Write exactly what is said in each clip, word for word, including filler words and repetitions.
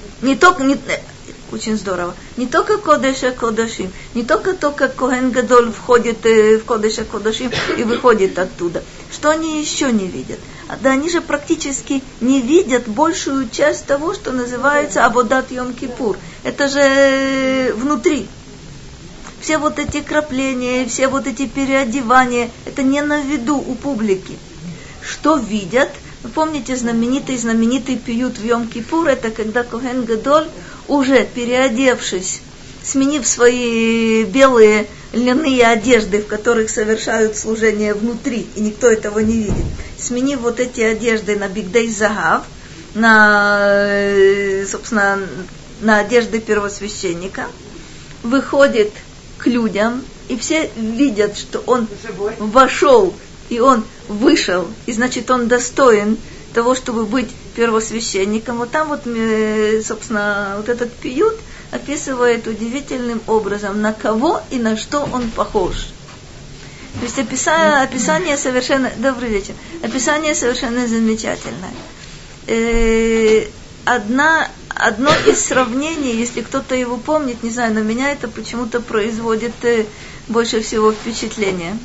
Не только, не, очень здорово, не только Кодеша Кодашим, не только то, как Коэн Гадоль входит в Кодеша Кодашим и выходит оттуда. Что они еще не видят? Да они же практически не видят большую часть того, что называется Аводат Йом-Кипур. Это же внутри. Все вот эти крапления, все вот эти переодевания, это не на виду у публики. Что видят? Вы помните знаменитый, знаменитый пиют в Йом-Кипур, это когда Коэн Гадоль, уже переодевшись, сменив свои белые льняные одежды, в которых совершают служение внутри, и никто этого не видит, сменив вот эти одежды на бигдей загав, на, собственно, на одежды первосвященника, выходит к людям, и все видят, что он вошел, и он вышел, и значит он достоин того, чтобы быть первосвященником. Вот там вот, собственно, вот этот пиют описывает удивительным образом, на кого и на что он похож. То есть описание, описание совершенно... Добрый вечер. Описание совершенно замечательное. Э, одна, одно из сравнений, если кто-то его помнит, не знаю, на меня это почему-то производит э, больше всего впечатление.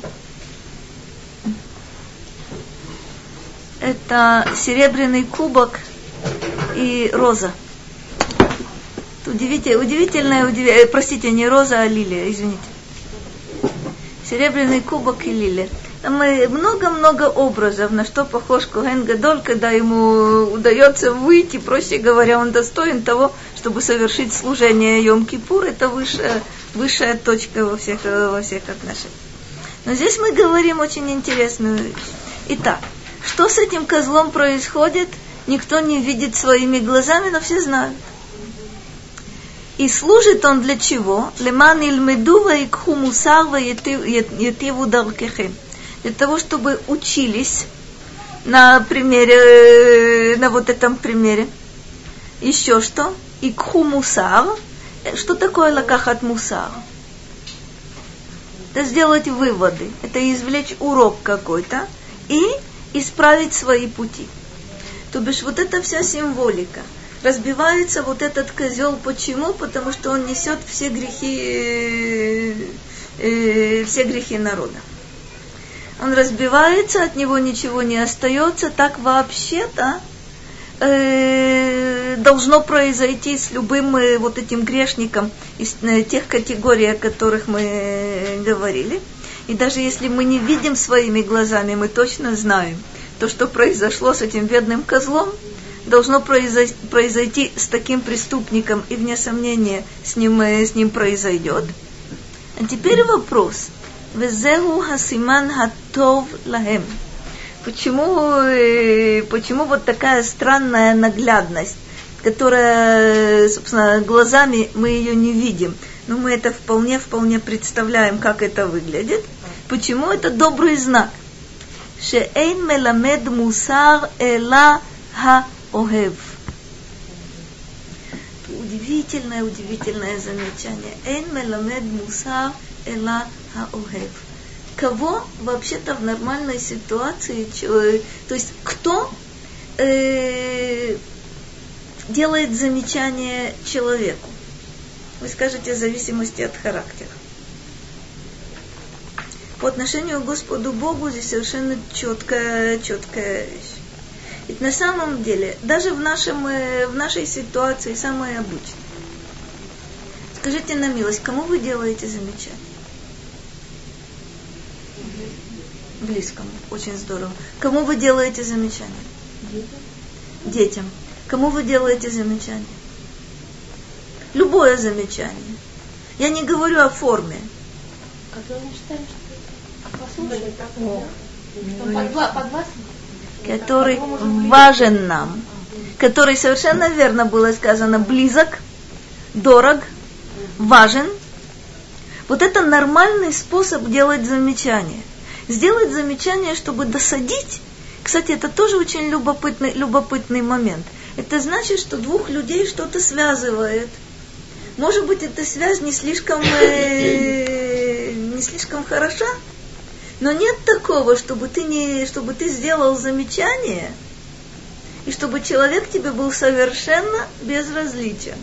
Это серебряный кубок и роза. Удивительное, удивительное, удивительное, простите, не роза, а лилия, извините. Серебряный кубок и лилия. Там много-много образов, на что похож Коэн Гадоль, когда ему удается выйти, проще говоря, он достоин того, чтобы совершить служение Йом-Кипур. Это высшая, высшая точка во всех, во всех отношениях. Но здесь мы говорим очень интересную вещь. Итак, что с этим козлом происходит, никто не видит своими глазами, но все знают. И служит он для чего? Леман ильмеду ваикху мусар ваятиву даркехем. Для того, чтобы учились на примере, на вот этом примере. Еще что? Икху мусар. Что такое лакахат мусар? Это сделать выводы. Это извлечь урок какой-то и исправить свои пути. То бишь вот эта вся символика. Разбивается вот этот козел. Почему? Потому что он несет все грехи, э, э, все грехи народа. Он разбивается, от него ничего не остается. Так вообще-то э, должно произойти с любым э, вот этим грешником из э, тех категорий, о которых мы э, говорили. И даже если мы не видим своими глазами, мы точно знаем, то, что произошло с этим бедным козлом, должно произойти, произойти с таким преступником, и вне сомнения с ним, с ним произойдет. А теперь вопрос. Везеху хасиман хатов лахем. Почему, почему вот такая странная наглядность, которая, собственно, глазами мы ее не видим, но мы это вполне, вполне представляем, как это выглядит. Почему это добрый знак? Шеэйн меламед мусар эла ха-огев. Удивительное, удивительное замечание. Эйн меламед мусар эла ха-огев. Кого вообще-то в нормальной ситуации, то есть кто э, делает замечание человеку? Вы скажете, в зависимости от характера. По отношению к Господу Богу здесь совершенно четкая, четкая вещь. Ведь на самом деле, даже в, нашем, в нашей ситуации самое обычное. Скажите на милость, кому вы делаете замечание? Близкому. Очень здорово. Кому вы делаете замечание? Детям. Детям. Кому вы делаете замечание? Любое замечание. Я не говорю о форме. Который важен нам. Который, совершенно верно было сказано, близок, дорог, важен. Вот это нормальный способ делать замечания. Сделать замечание, чтобы досадить. Кстати, это тоже очень любопытный, любопытный момент. Это значит, что двух людей что-то связывает. Может быть, эта связь не слишком, э, не слишком хороша, но нет такого, чтобы ты, не, чтобы ты сделал замечание, и чтобы человек тебе был совершенно безразличен.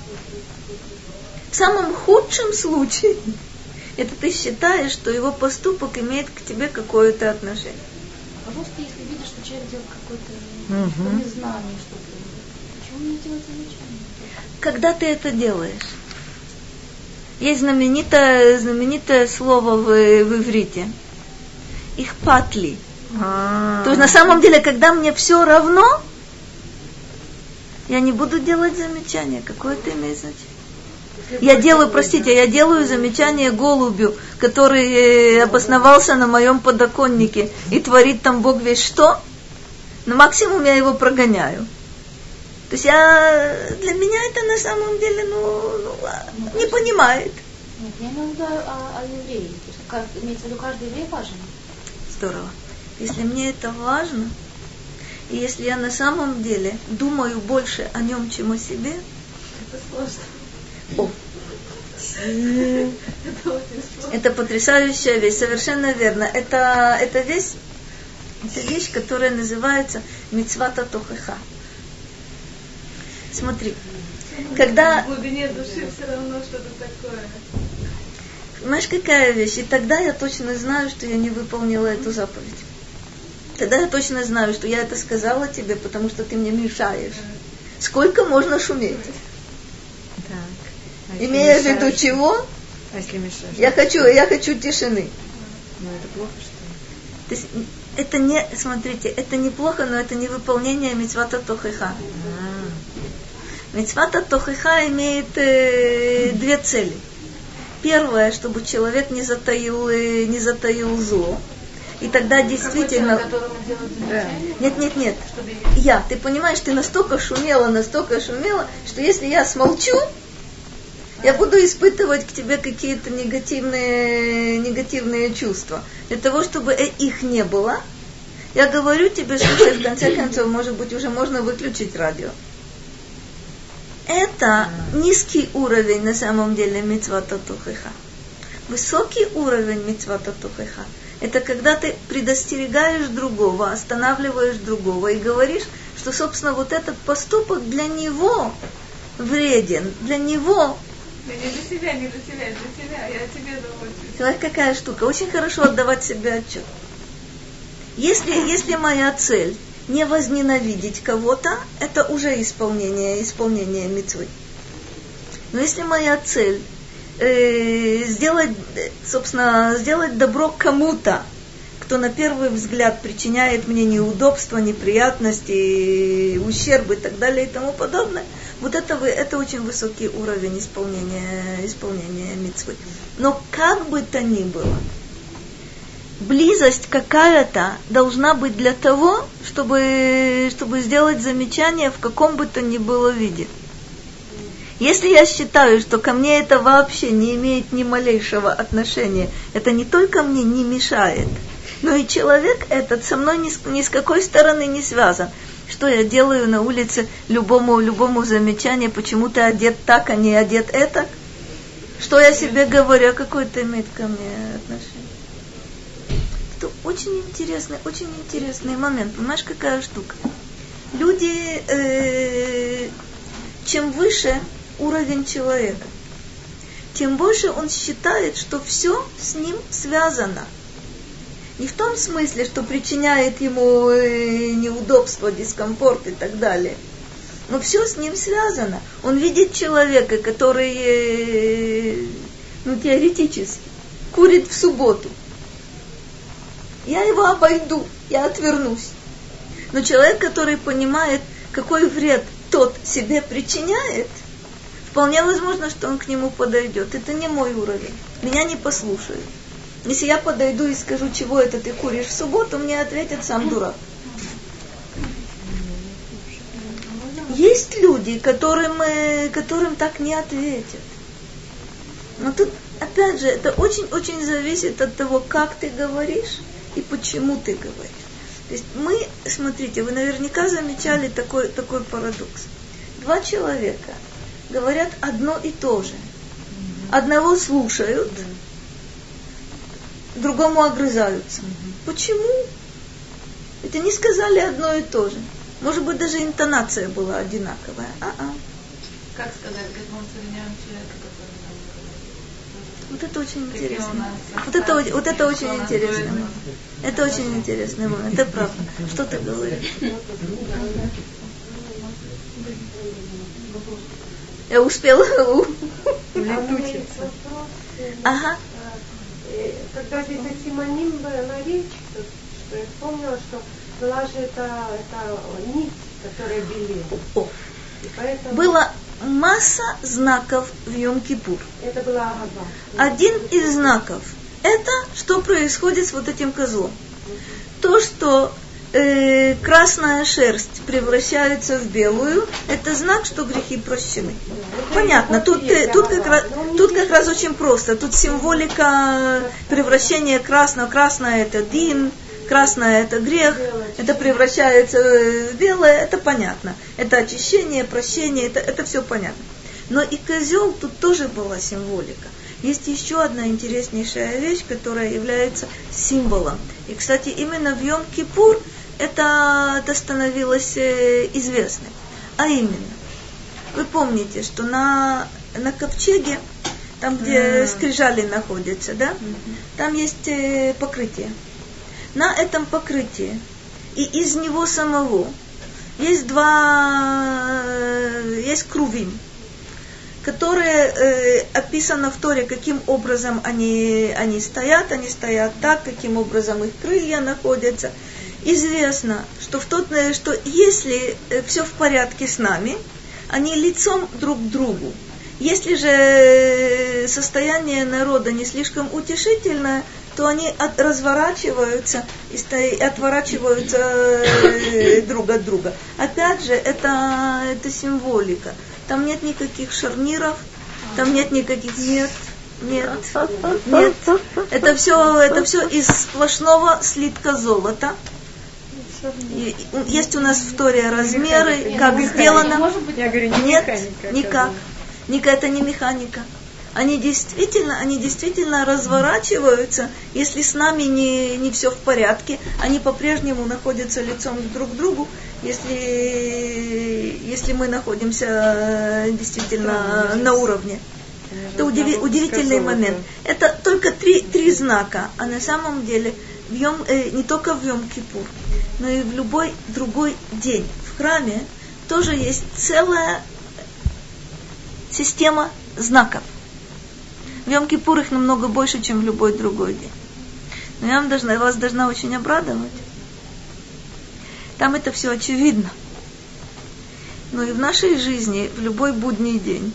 В самом худшем случае, это ты считаешь, что его поступок имеет к тебе какое-то отношение. А просто если видишь, что человек делает какое-то угу. незнание, что-то, почему не делать замечание? Когда ты это делаешь? Есть знаменитое, знаменитое слово в, в иврите. Ихпатли. А-а-а. То есть на самом деле, когда мне все равно, я не буду делать замечания. Какое это имеет значение? Я делаю, простите, я делаю замечание голубю, который обосновался на моем подоконнике и творит там Бог весь что. На максимум я его прогоняю. То есть я, для меня это на самом деле ну, ну, не понимает. Нет, я имею в виду о, о евреях. То есть, имеется в виду, каждый еврей важен. Здорово. Если мне это важно, и если я на самом деле думаю больше о нем, чем о себе, это сложно. О. Это потрясающая вещь, совершенно верно. Это, это, вещь, это вещь, которая называется мицват атохеха. Смотри, когда... В глубине души все равно что-то такое. Понимаешь, какая вещь? И тогда я точно знаю, что я не выполнила эту заповедь. Тогда я точно знаю, что я это сказала тебе, потому что ты мне мешаешь. Сколько можно шуметь? Так. А имея в виду чего? А если мешаешь? Я хочу, я хочу тишины. Ну это плохо, что ли? То есть, это не, смотрите, это неплохо, но это не выполнение мицвата тохеха. Мицвата тохеха имеет э, две цели. Первое, чтобы человек не затаил, э, не затаил зло. И тогда действительно... Да. Нет, нет, нет. Я, ты понимаешь, ты настолько шумела, настолько шумела, что если я смолчу, я буду испытывать к тебе какие-то негативные, негативные чувства. Для того, чтобы их не было, я говорю тебе, что в конце концов, может быть, уже можно выключить радио. Это низкий уровень, на самом деле, мицвата тохеха. Высокий уровень мицвата тохеха – это когда ты предостерегаешь другого, останавливаешь другого и говоришь, что, собственно, вот этот поступок для него вреден, для него... Да не для себя, не для себя, для тебя, я тебе думаю. Смотри, какая штука. Очень хорошо отдавать себе отчет. Если, если моя цель не возненавидеть кого-то, это уже исполнение, исполнение мицвы. Но если моя цель э, сделать, собственно, сделать добро кому-то, кто на первый взгляд причиняет мне неудобства, неприятности, ущерб и так далее и тому подобное, вот это, это очень высокий уровень исполнения, исполнения мицвы. Но как бы то ни было, близость какая-то должна быть для того, чтобы, чтобы сделать замечание в каком бы то ни было виде. Если я считаю, что ко мне это вообще не имеет ни малейшего отношения, это не только мне не мешает, но и человек этот со мной ни с, ни с какой стороны не связан. Что я делаю на улице любому, любому замечанию, почему ты одет так, а не одет это? Что я себе говорю, какое это имеет ко мне отношение? Это очень интересный, очень интересный момент. Понимаешь, какая штука? Люди, э, чем выше уровень человека, тем больше он считает, что все с ним связано. Не в том смысле, что причиняет ему э, неудобства, дискомфорт и так далее. Но все с ним связано. Он видит человека, который, э, ну, теоретически, курит в субботу. Я его обойду, я отвернусь. Но человек, который понимает, какой вред тот себе причиняет, вполне возможно, что он к нему подойдет. Это не мой уровень. Меня не послушают. Если я подойду и скажу, чего это ты куришь в субботу, мне ответят, сам дурак. Есть люди, которым, которым так не ответят. Но тут, опять же, это очень-очень зависит от того, как ты говоришь и почему ты говоришь. То есть мы, смотрите, вы наверняка замечали такой, такой парадокс. Два человека говорят одно и то же. Одного слушают, другому огрызаются. Почему? Это не сказали одно и то же. Может быть, даже интонация была одинаковая. А-а. Как сказать, как мы современного человека, который... Вот это очень интересно. Вот это, вот это очень интересно. Это очень интересный момент. Это правда. Что ты говоришь? Я успела улетучиться. Ага. Когда здесь о симоним была речь, что я вспомнила, что была же эта, эта нить, которая белела. О. Поэтому... Была масса знаков в Йом-Кипур. Это была Агава. Один из знаков – это что происходит с вот этим козлом. То, что э, красная шерсть превращается в белую, это знак, что грехи прощены. Понятно, тут, тут, как раз, тут как раз очень просто. Тут символика превращения красного. Красное – это дин, красное – это грех, это превращается в белое, это понятно. Это очищение, прощение, это, это все понятно. Но и козел тут тоже была символика. Есть еще одна интереснейшая вещь, которая является символом. И, кстати, именно в Йом-Кипур это, это становилось известным. А именно, вы помните, что на, на ковчеге, там, где mm-hmm. скрижали находятся, да, mm-hmm. там есть покрытие. На этом покрытии и из него самого есть два, есть крувим, которые э, описано в Торе, каким образом они, они стоят, они стоят так, каким образом их крылья находятся. Известно, что, в тот, что если э, все в порядке с нами, они лицом друг к другу. Если же состояние народа не слишком утешительное, то они от, разворачиваются и сто, отворачиваются э, друг от друга. Опять же, это, это символика. Там нет никаких шарниров, там нет никаких... Нет, нет, нет. Это все, это все из сплошного слитка золота. И, есть у нас в Торе размеры, как сделано. Я говорю, не нет, механика. никак. Никак это не механика. Они действительно, они действительно разворачиваются, если с нами не, не все в порядке, они по-прежнему находятся лицом друг к другу, если, если мы находимся действительно на уровне. Это удиви, удивительный момент. Это только три, три знака, а на самом деле в Йом, э, не только в Йом-Кипур, но и в любой другой день в храме тоже есть целая система знаков. В Йом-Кипур их намного больше, чем в любой другой день. Но я вам должна, вас должна очень обрадовать. Там это все очевидно. Но и в нашей жизни, в любой будний день,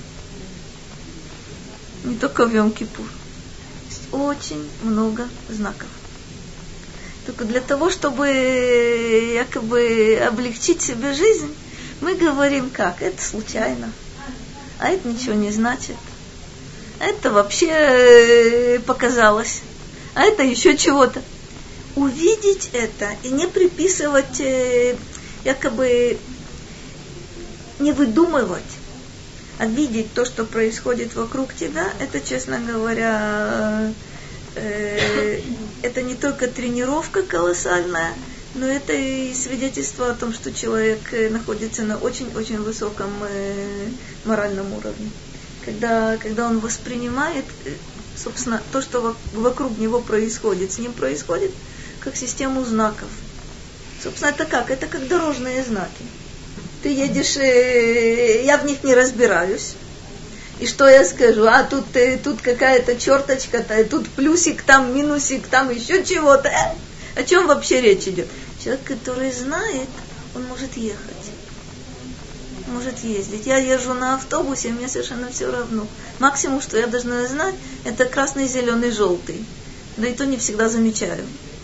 не только в Йом-Кипур, есть очень много знаков. Только для того, чтобы якобы облегчить себе жизнь, мы говорим как? Это случайно. А это ничего не значит. Это вообще показалось. А это еще чего-то. Увидеть это и не приписывать, якобы не выдумывать, а видеть то, что происходит вокруг тебя, это, честно говоря, э, это не только тренировка колоссальная, но это и свидетельство о том, что человек находится на очень-очень высоком э, моральном уровне. Когда, когда он воспринимает, собственно, то, что вокруг него происходит, с ним происходит, как систему знаков. Собственно, это как? Это как дорожные знаки. Ты едешь, э, я в них не разбираюсь. И что я скажу? А тут, э, тут какая-то черточка-то, тут плюсик, там минусик, там еще чего-то. Э, о чем вообще речь идет? Человек, который знает, он может ехать. Может ездить. Я езжу на автобусе, мне совершенно все равно. Максимум, что я должна знать, это красный, зеленый, желтый. Да и то не всегда замечаю.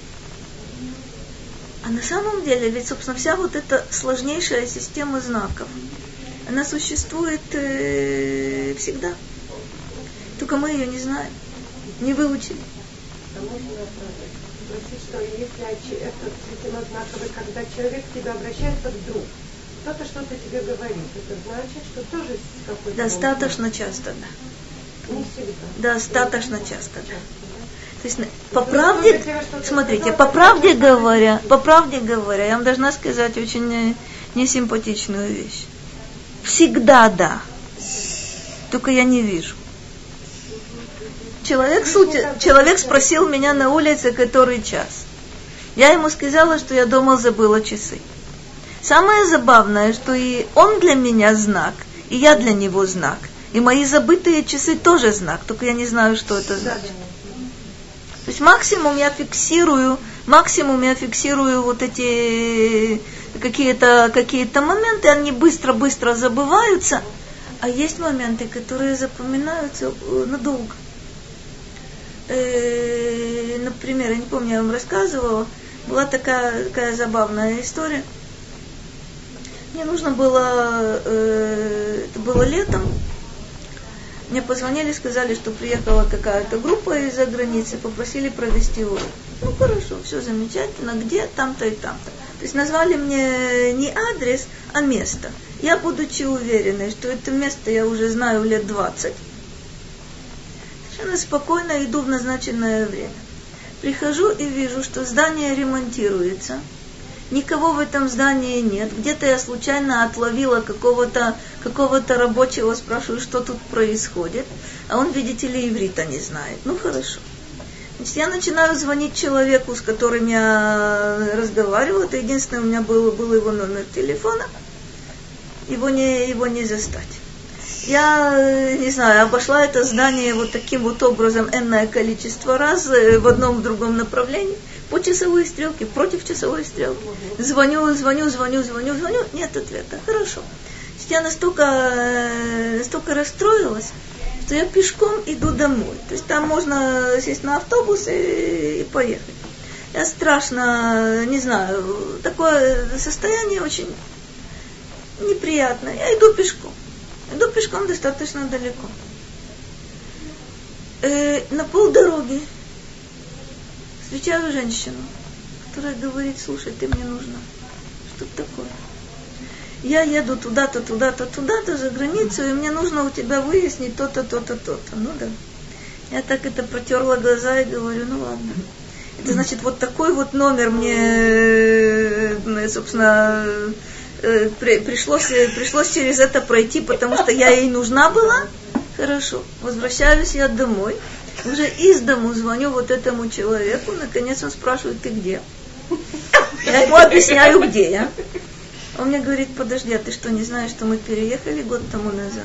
А на самом деле, ведь, собственно, вся вот эта сложнейшая система знаков, она существует э, всегда. Только мы ее не знаем, не выучили. Что если эта система знаков, когда человек к тебе обращается вдруг, кто-то что-то тебе говорит, это значит, что тоже какой-то... Достаточно момент. Часто, да. Не всегда. Достаточно часто, да. То есть, по правде, смотрите, по правде говоря, по правде говоря, я вам должна сказать очень несимпатичную вещь. Всегда да. Только я не вижу. Человек, суть, человек спросил меня на улице, который час. Я ему сказала, что я дома забыла часы. Самое забавное, что и он для меня знак, и я для него знак. И мои забытые часы тоже знак, только я не знаю, что это значит. То есть максимум я фиксирую, максимум я фиксирую вот эти какие-то, какие-то моменты, они быстро-быстро забываются, а есть моменты, которые запоминаются надолго. Э, например, я не помню, я вам рассказывала, была такая, такая забавная история. Мне нужно было, э, это было летом, мне позвонили, сказали, что приехала какая-то группа из-за границы, попросили провести урок. Ну хорошо, все замечательно, где, там-то и там-то. То есть назвали мне не адрес, а место. Я, будучи уверенной, что это место я уже знаю лет двадцать, совершенно спокойно иду в назначенное время. Прихожу и вижу, что здание ремонтируется. Никого в этом здании нет. Где-то я случайно отловила какого-то, какого-то рабочего, спрашиваю, что тут происходит. А он, видите ли, иврита не знает. Ну, хорошо. Значит, я начинаю звонить человеку, с которым я разговаривала. Это единственное, у меня был, был его номер телефона. Его не, его не застать. Я, не знаю, обошла это здание вот таким вот образом энное количество раз в одном, в другом направлении. По часовой стрелке, против часовой стрелки. Звоню, звоню, звоню, звоню, звоню, нет ответа. Хорошо. Я настолько, настолько расстроилась, что я пешком иду домой. То есть там можно сесть на автобус и, и поехать. Я страшно, не знаю, такое состояние очень неприятное. Я иду пешком. Иду пешком достаточно далеко. Э, на полдороги встречаю женщину, которая говорит: слушай, ты мне нужна. Что это такое? Я еду туда-то, туда-то, туда-то за границу, и мне нужно у тебя выяснить то-то, то-то, то-то. Ну да. Я так это протерла глаза и говорю: ну ладно. Это значит, вот такой вот номер мне, собственно, при, пришлось, пришлось через это пройти, потому что я ей нужна была. Хорошо. Возвращаюсь я домой. Уже из дому звоню вот этому человеку, наконец он спрашивает: ты где? Я ему объясняю, где я. Он мне говорит: подожди, а ты что, не знаешь, что мы переехали год тому назад?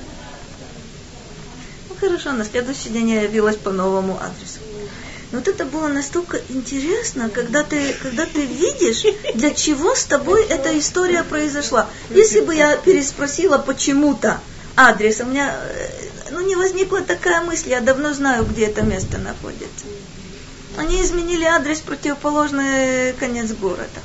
Ну хорошо, на следующий день я явилась по новому адресу. Но вот это было настолько интересно, когда ты, когда ты видишь, для чего с тобой эта история произошла. Если бы я переспросила почему-то адрес, у меня ну, не возникла такая мысль, я давно знаю, где это место находится. Они изменили адрес в противоположный конец города.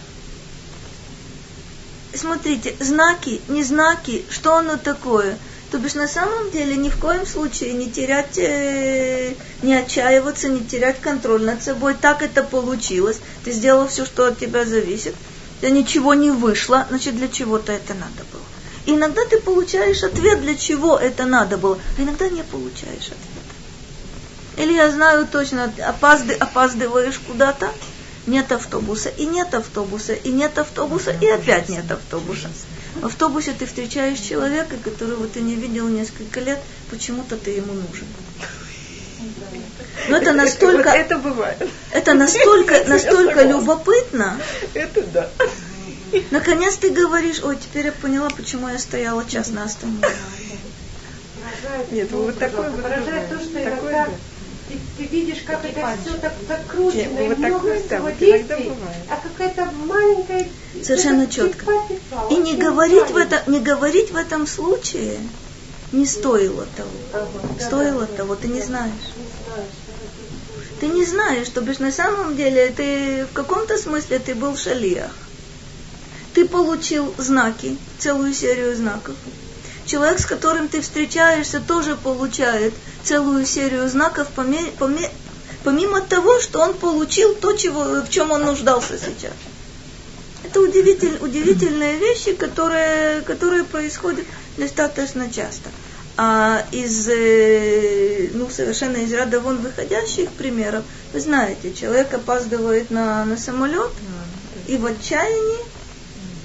Смотрите, знаки, не знаки, что оно такое? То бишь на самом деле ни в коем случае не терять, э, не отчаиваться, не терять контроль над собой. Так это получилось. Ты сделал все, что от тебя зависит. У тебя ничего не вышло, значит для чего-то это надо было. И иногда ты получаешь ответ, для чего это надо было, а иногда не получаешь ответа. Или я знаю точно, опазды, опаздываешь куда-то, нет автобуса, и нет автобуса, и нет автобуса, и опять нет автобуса. В автобусе ты встречаешь человека, которого ты не видел несколько лет, почему-то ты ему нужен. Но это настолько, это бывает. Это настолько, настолько любопытно. Это да. Наконец ты говоришь: ой, теперь я поняла, почему я стояла час на остановке. Нет, вот такое вот поражает то, что иногда ты, ты видишь, как это все так закручено, Нет, и вот много такое, всего да, действий, а какая-то маленькая... Совершенно четко. И не говорить, в это, не говорить в этом случае не стоило того. Ага, стоило да, того, ты не знаешь. Не знаешь. Ты не знаешь, что бишь на самом деле ты в каком-то смысле ты был шалиах. Ты получил знаки, целую серию знаков. Человек, с которым ты встречаешься, тоже получает целую серию знаков, помимо того, что он получил то, чего, в чем он нуждался сейчас. Это удивитель, удивительные вещи, которые, которые происходят достаточно часто. А из, ну, совершенно из ряда вон выходящих примеров, вы знаете, человек опаздывает на, на самолет и в отчаянии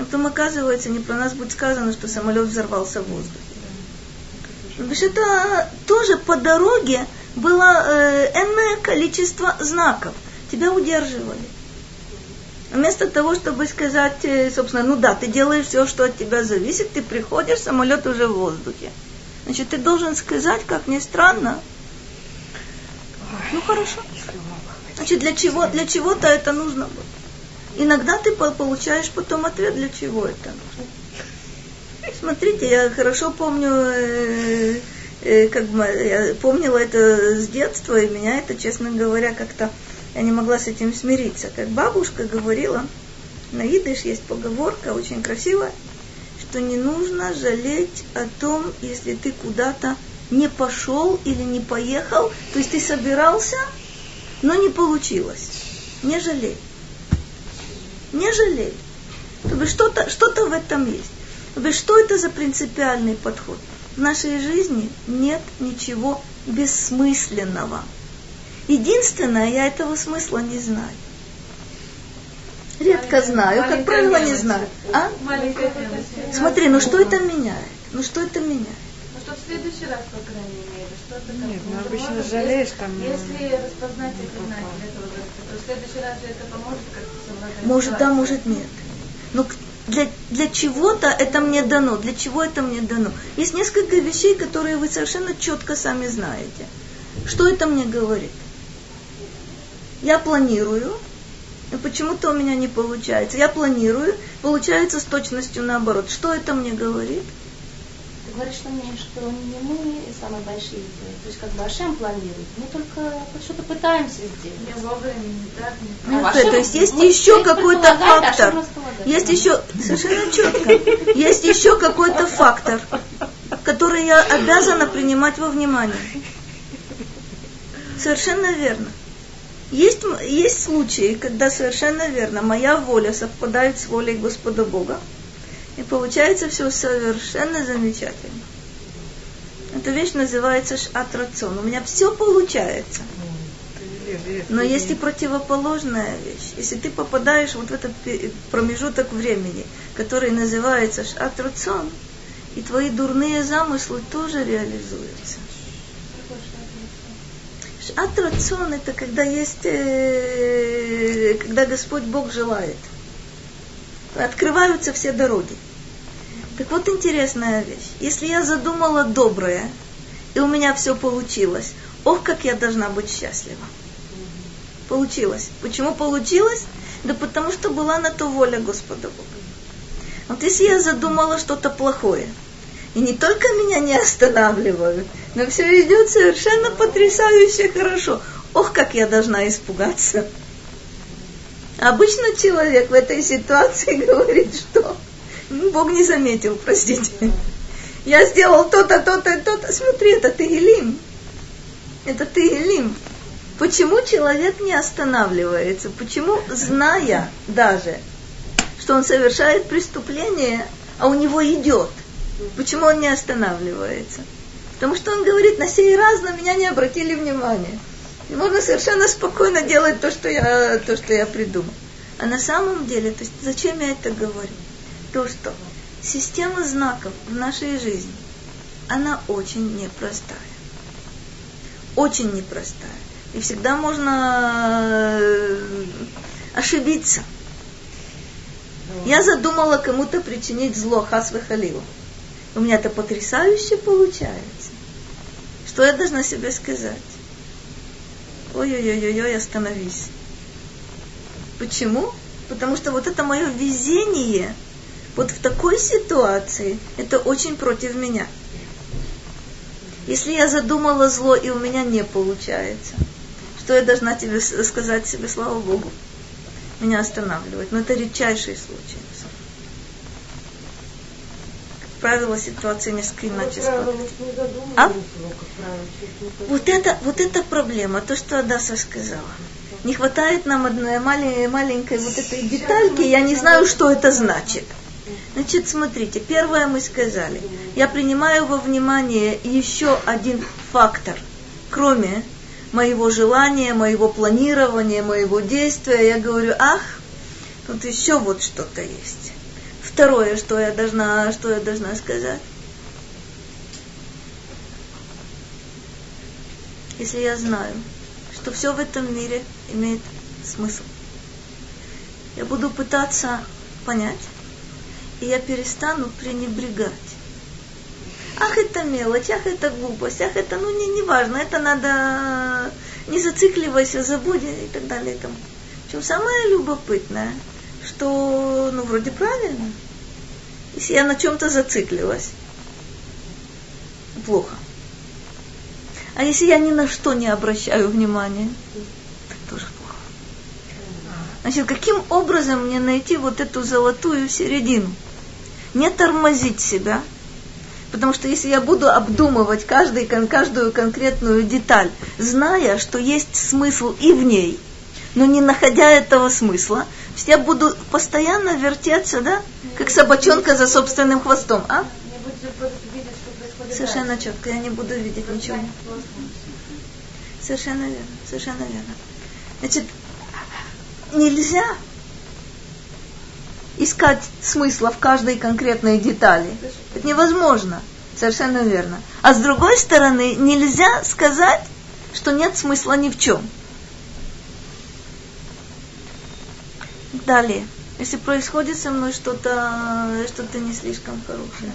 потом оказывается, не про нас будет сказано, что самолет взорвался в воздухе. Потому что это тоже по дороге было э, энное количество знаков. Тебя удерживали. Вместо того, чтобы сказать, э, собственно, ну да, ты делаешь все, что от тебя зависит, ты приходишь, самолет уже в воздухе. Значит, ты должен сказать, как ни странно, ну хорошо. Значит, для чего, для чего-то это нужно было. Иногда ты получаешь потом ответ, для чего это нужно. Смотрите, я хорошо помню, э, э, как бы, я помнила это с детства, и меня это, честно говоря, как-то, я не могла с этим смириться. Как бабушка говорила, на идиш есть поговорка, очень красивая, что не нужно жалеть о том, если ты куда-то не пошел или не поехал, то есть ты собирался, но не получилось. Не жалей. Не жалей. То есть что-то, что-то в этом есть. То есть что это за принципиальный подход? В нашей жизни нет ничего бессмысленного. Единственное, я этого смысла не знаю. Редко знаю, как правило, не знаю. А? Смотри, ну что это меняет? Ну что это меняет? Ну что в следующий раз, по крайней мере, что-то там. Нет, ну обычно жалеешь там. Если распознать это этого, то в следующий раз это поможет как-то совладать. Может да, может нет. Но для, для чего-то это мне дано. Для чего это мне дано? Есть несколько вещей, которые вы совершенно четко сами знаете. Что это мне говорит? Я планирую, но почему-то у меня не получается. Я планирую, получается с точностью наоборот. Что это мне говорит? Ты говоришь, что, мне, что не мы самые большие. То есть как бы Ашем планирует. Мы только что-то пытаемся сделать. Не вовремя, не так, не так. Ну, Ашем, то есть есть еще какой-то фактор. Есть еще, совершенно четко, есть еще какой-то фактор, который я обязана принимать во внимание. Совершенно верно. Есть, есть случаи, когда совершенно верно, моя воля совпадает с волей Господа Бога, и получается все совершенно замечательно. Эта вещь называется ш'ат рацон. У меня все получается. Но есть и противоположная вещь. Если ты попадаешь вот в этот промежуток времени, который называется ш'ат рацон, и твои дурные замыслы тоже реализуются. Ш'ат рацон — это когда есть, э, когда Господь Бог желает. Открываются все дороги. Так вот интересная вещь. Если я задумала доброе, и у меня все получилось, ох, как я должна быть счастлива. Получилось. Почему получилось? Да потому что была на то воля Господа Бога. Вот если я задумала что-то плохое, и не только меня не останавливают, но все идет совершенно потрясающе хорошо. Ох, как я должна испугаться. Обычно человек в этой ситуации говорит, что Бог не заметил, простите. Я сделал то-то, то-то и то-то. Смотри, это Тегилим. Это Тегилим. Почему человек не останавливается? Почему, зная даже, что он совершает преступление, а у него идет, почему он не останавливается? Потому что он говорит, на сей раз на меня не обратили внимания. И можно совершенно спокойно делать то, что я, то, что я придумал. А на самом деле, то есть, зачем я это говорю? То, что система знаков в нашей жизни, она очень непростая. Очень непростая. И всегда можно ошибиться. Я задумала кому-то причинить зло, хас вехалила. У меня это потрясающе получается. Что я должна себе сказать? Ой-ой-ой-ой, остановись. Почему? Потому что вот это мое везение, вот в такой ситуации, это очень против меня. Если я задумала зло, и у меня не получается, что я должна тебе сказать себе, слава Богу, меня останавливает. Но это редчайший случай. Как правило, ситуация несколько иначе складывается. А? Вот это, вот это проблема, то, что Адаса сказала. Не хватает нам одной маленькой, маленькой вот этой детальки, я не знаю, что это значит. Значит, смотрите, первое мы сказали. Я принимаю во внимание еще один фактор, кроме моего желания, моего планирования, моего действия. Я говорю, ах, тут еще вот что-то есть. второе, что я должна, что я должна сказать. Если я знаю, что все в этом мире имеет смысл, я буду пытаться понять, и я перестану пренебрегать. Ах, это мелочь, ах, это глупость, ах, это, ну, не, не важно, это надо, не зацикливайся, забудь и так далее. И тому. Причем самое любопытное, что, ну, вроде правильно, если я на чем-то зациклилась, плохо. А если я ни на что не обращаю внимания, тоже плохо. Значит, каким образом мне найти вот эту золотую середину? Не тормозить себя, потому что если я буду обдумывать каждый, каждую конкретную деталь, зная, что есть смысл и в ней, но не находя этого смысла, то есть я буду постоянно вертеться, да, как собачонка за собственным хвостом, а? Совершенно четко, я не буду видеть ничего. Совершенно верно, совершенно верно. Значит, нельзя искать смысла в каждой конкретной детали. Это невозможно. Совершенно верно. А с другой стороны, нельзя сказать, что нет смысла ни в чем. Далее. Если происходит со мной что-то, что-то не слишком хорошее,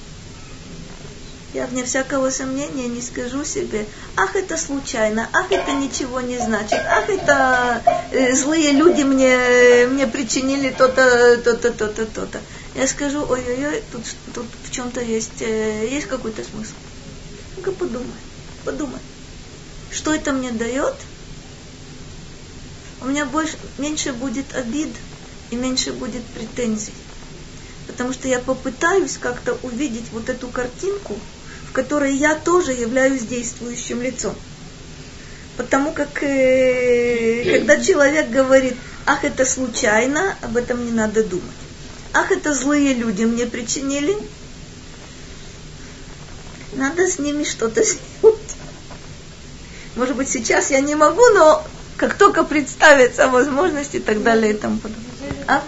я вне всякого сомнения не скажу себе: ах, это случайно, ах, это ничего не значит, ах, это э, злые люди мне, мне причинили то-то, то-то, то-то, то-то. Я скажу: ой-ой-ой, тут, тут в чем-то есть, э, есть какой-то смысл. Ну-ка подумай, подумай. Что это мне дает? У меня больше, меньше будет обид и меньше будет претензий. Потому что я попытаюсь как-то увидеть вот эту картинку, в которой я тоже являюсь действующим лицом. Потому как, э, когда человек говорит: ах, это случайно, об этом не надо думать. Ах, это злые люди мне причинили, надо с ними что-то сделать. Может быть, сейчас я не могу, но как только представится возможность и так далее и тому подобное. А?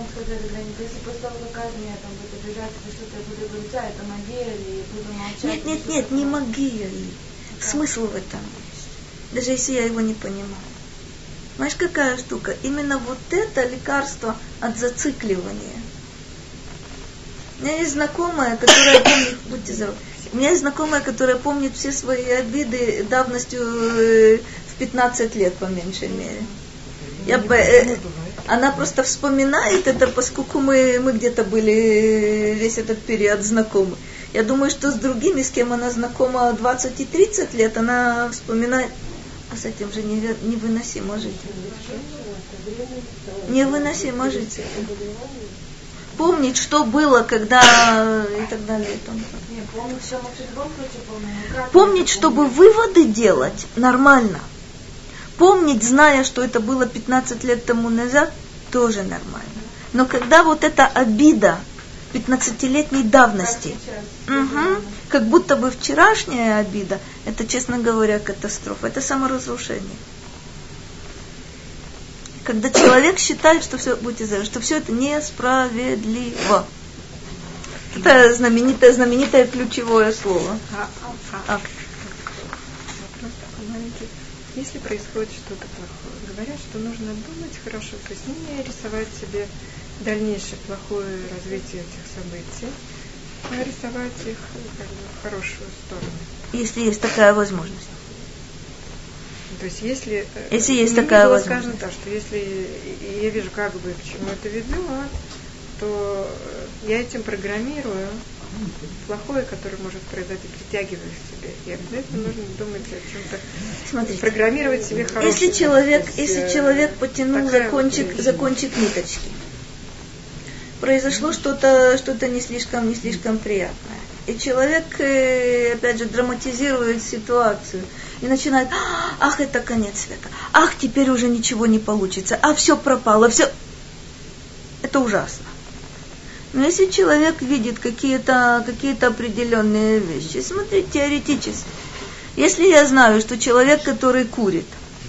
Нет, нет, нет, не магия ли. Смысл в этом есть. Даже если я его не понимаю. Знаешь, какая штука? Именно вот это лекарство от зацикливания. У меня есть знакомая, которая помнит, будьте здоровы, у меня есть знакомая, которая помнит все свои обиды давностью в пятнадцать лет, по меньшей мере. Я бы, э, она просто вспоминает это, поскольку мы, мы где-то были весь этот период знакомы. Я думаю, что с другими, с кем она знакома двадцать и тридцать лет, она вспоминает, а с этим же невыносимо жить. Невыносимо жить. Помнить, что было, когда и так далее. И тому. Помнить, чтобы выводы делать нормально. Помнить, зная, что это было пятнадцать лет тому назад, тоже нормально. Но когда вот эта обида пятнадцатилетней давности, угу, как будто бы вчерашняя обида, это, честно говоря, катастрофа, это саморазрушение. Когда человек считает, что все, будьте здоровы, что все это несправедливо. Это знаменитое, знаменитое ключевое слово. А, а, а. Если происходит что-то плохое, говорят, что нужно думать хорошо, то есть не рисовать себе дальнейшее плохое развитие этих событий, а рисовать их как бы в хорошую сторону. Если есть такая возможность. То есть если, если есть такая возможность. Скажем так, что если я вижу, как бы к чему это веду, то я этим программирую плохое, которое может произойти, притягиваю к себе. И обязательно нужно думать о чем-то. Смотрите, программировать себе хорошее. Если человек, есть, если человек потянул за кончик, вот за кончик ниточки, произошло что-то, что-то не слишком, не слишком приятное. И человек, опять же, драматизирует ситуацию и начинает: ах, это конец света, ах, теперь уже ничего не получится, а все пропало, все. Это ужасно. Но если человек видит какие-то, какие-то определенные вещи, смотрите, теоретически. Если я знаю, что человек, который курит,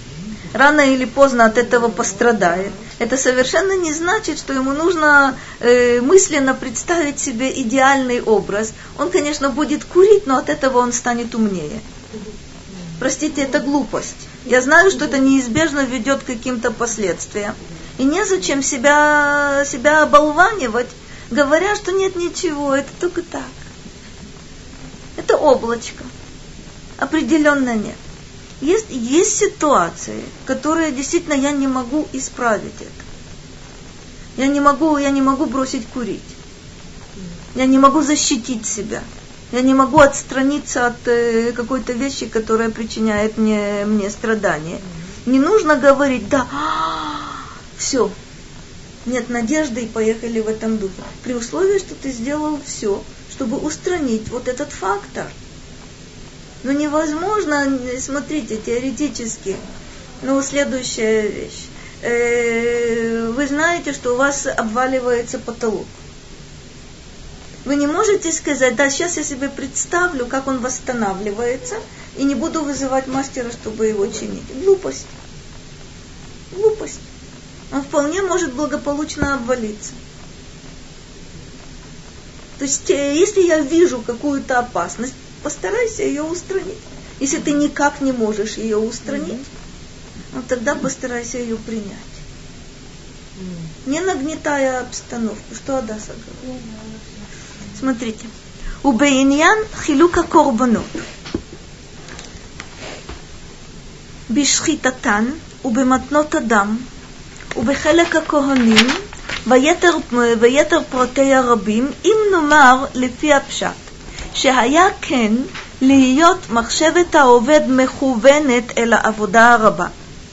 рано или поздно от этого пострадает. Это совершенно не значит, что ему нужно э, мысленно представить себе идеальный образ. Он, конечно, будет курить, но от этого он станет умнее. Простите, это глупость. Я знаю, что это неизбежно ведет к каким-то последствиям. И незачем себя, себя оболванивать, говоря, что нет ничего, это только так. Это облачко. Определенно нет. Есть, есть ситуации, которые действительно я не могу исправить это. Я не могу, я не могу бросить курить. Я не могу защитить себя. Я не могу отстраниться от э, какой-то вещи, которая причиняет мне, мне страдания. Не нужно говорить, да, все, нет надежды и поехали в этом духе. При условии, что ты сделал все, чтобы устранить вот этот фактор. Но невозможно, смотрите, теоретически, ну, следующая вещь. Э, вы знаете, что у вас обваливается потолок. Вы не можете сказать, да, сейчас я себе представлю, как он восстанавливается, и не буду вызывать мастера, чтобы его чинить. Глупость. Глупость. Он вполне может благополучно обвалиться. То есть, если я вижу какую-то опасность, постарайся ее устранить. Если ты никак не можешь ее устранить, mm-hmm. ну, тогда постарайся ее принять. Mm-hmm. Не нагнетая обстановку. Что Адаса говорит? Mm-hmm. Смотрите. Убейньян хилука корбанот. Бишхитатан, убематнот адам, убехелек הכהנים, ויתר, ויתר פרטי הרבים, אם נאמר לפי הפשט. שהיה כן להיות מחשבת העובד מכוונת אל העבודה הרבה.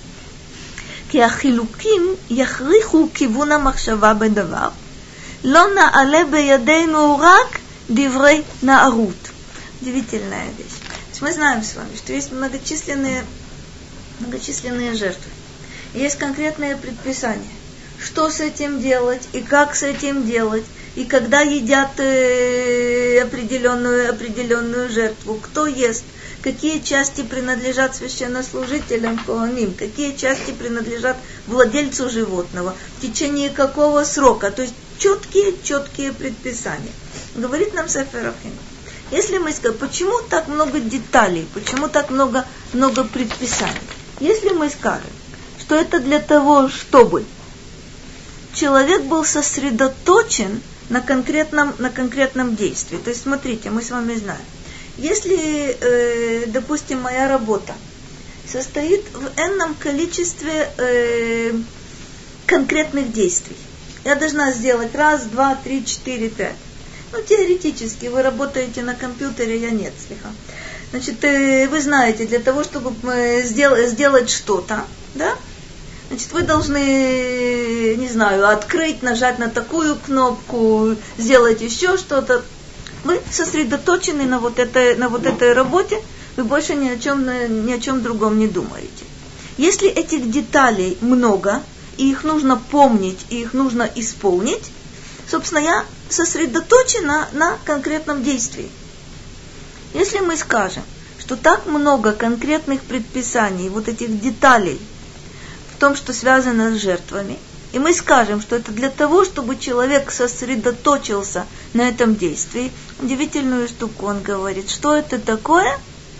כי החילוקים יכריחו כיוון המחשבה בדבר, לא נעלה בידינו רק דברי נערות. Удивительная вещь. Мы знаем с вами, что есть многочисленные, многочисленные жертвы. Есть конкретные предписания, что с этим делать и как с этим делать. И когда едят э, определенную, определенную жертву, кто ест, какие части принадлежат священнослужителям, коаним, какие части принадлежат владельцу животного, в течение какого срока. То есть четкие-четкие предписания. Говорит нам Сефер Ахинух. Если мы скажем, почему так много деталей, почему так много, много предписаний? Если мы скажем, что это для того, чтобы человек был сосредоточен на конкретном, на конкретном действии. То есть, смотрите, мы с вами знаем. Если, э, допустим, моя работа состоит в энном количестве э, конкретных действий, я должна сделать раз, два, три, четыре, пять. Ну, теоретически, вы работаете на компьютере, я нет, слегка. Значит, э, вы знаете, для того, чтобы э, сделать, сделать что-то, да, значит, вы должны, не знаю, открыть, нажать на такую кнопку, сделать еще что-то. Вы сосредоточены на вот этой, на вот этой работе, вы больше ни о чем, ни о чем другом не думаете. Если этих деталей много, и их нужно помнить, и их нужно исполнить, собственно, я сосредоточена на конкретном действии. Если мы скажем, что так много конкретных предписаний, вот этих деталей, в том, что связано с жертвами, и мы скажем, что это для того, чтобы человек сосредоточился на этом действии, удивительную штуку он говорит. Что это такое?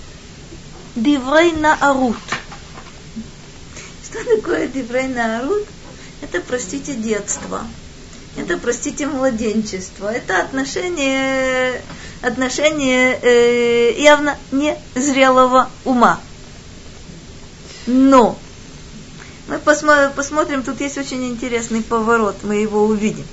Диврей наарут. Что такое диврей наарут? Это, простите, детство. Это, простите, младенчество. Это отношение, отношение э, явно незрелого ума. Но мы посмотрим, посмотрим, тут есть очень интересный поворот, мы его увидим.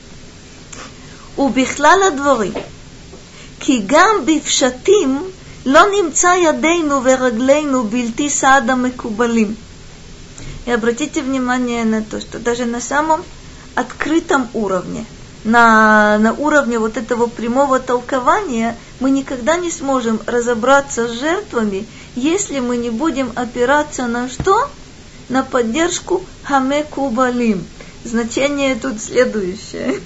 ובכלל הדברים, כי גם בפשטים לא נמצא ידינו ורגלינו בלתי סעד המקובלים. И обратите внимание на то, что даже на самом открытом уровне, на, на уровне вот этого прямого толкования, мы никогда не сможем разобраться с жертвами, если мы не будем опираться на что? На поддержку хамекубалим. Значение тут следующее.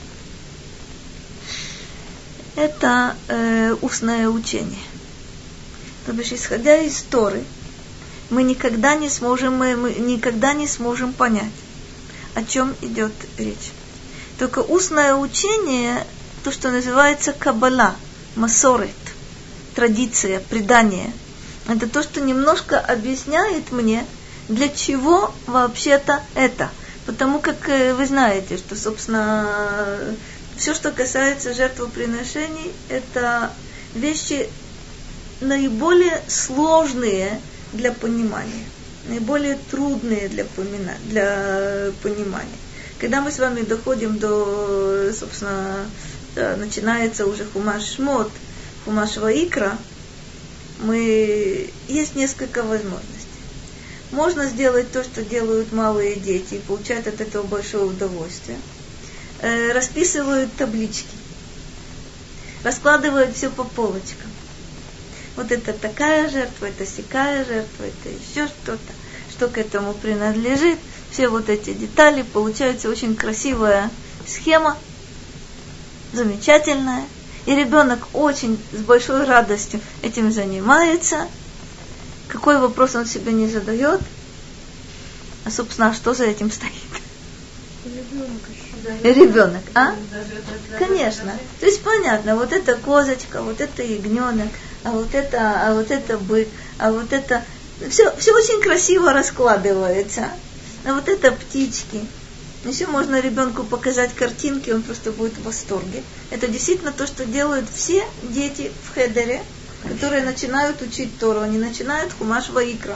Это э, устное учение. То бишь, исходя из Торы, мы никогда не сможем, мы, мы никогда не сможем понять, о чем идет речь. Только устное учение, то, что называется каббала, масорет, традиция, предание, это то, что немножко объясняет мне, для чего вообще-то это. Потому как вы знаете, что, собственно, все, что касается жертвоприношений, это вещи наиболее сложные для понимания, наиболее трудные для, помина, для понимания. Когда мы с вами доходим до, собственно, да, начинается уже Хумаш Шмот, Хумаш Ваикра, мы, есть несколько возможностей. Можно сделать то, что делают малые дети, и получают от этого большое удовольствие. Э, расписывают таблички, раскладывают все по полочкам. Вот это такая жертва, это сякая жертва, это еще что-то, что к этому принадлежит. Все вот эти детали, получается очень красивая схема, замечательная. И ребенок очень с большой радостью этим занимается. Какой вопрос он себе не задает? А, собственно, что за этим стоит? Ребенок еще. Ребенок, а? Конечно. То есть понятно, вот это козочка, вот это ягненок, а вот это, а вот это бык, а вот это... Все, все очень красиво раскладывается. А вот это птички. Еще можно ребенку показать картинки, он просто будет в восторге. Это действительно то, что делают все дети в хедере, которые начинают учить Тору. Они начинают Хумаш Ваикра.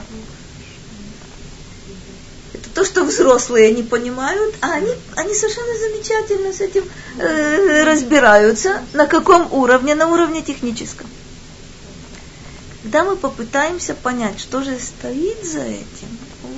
Это то, что взрослые не понимают, а они, они совершенно замечательно с этим э, разбираются. На каком уровне? На уровне техническом. Когда мы попытаемся понять, что же стоит за этим,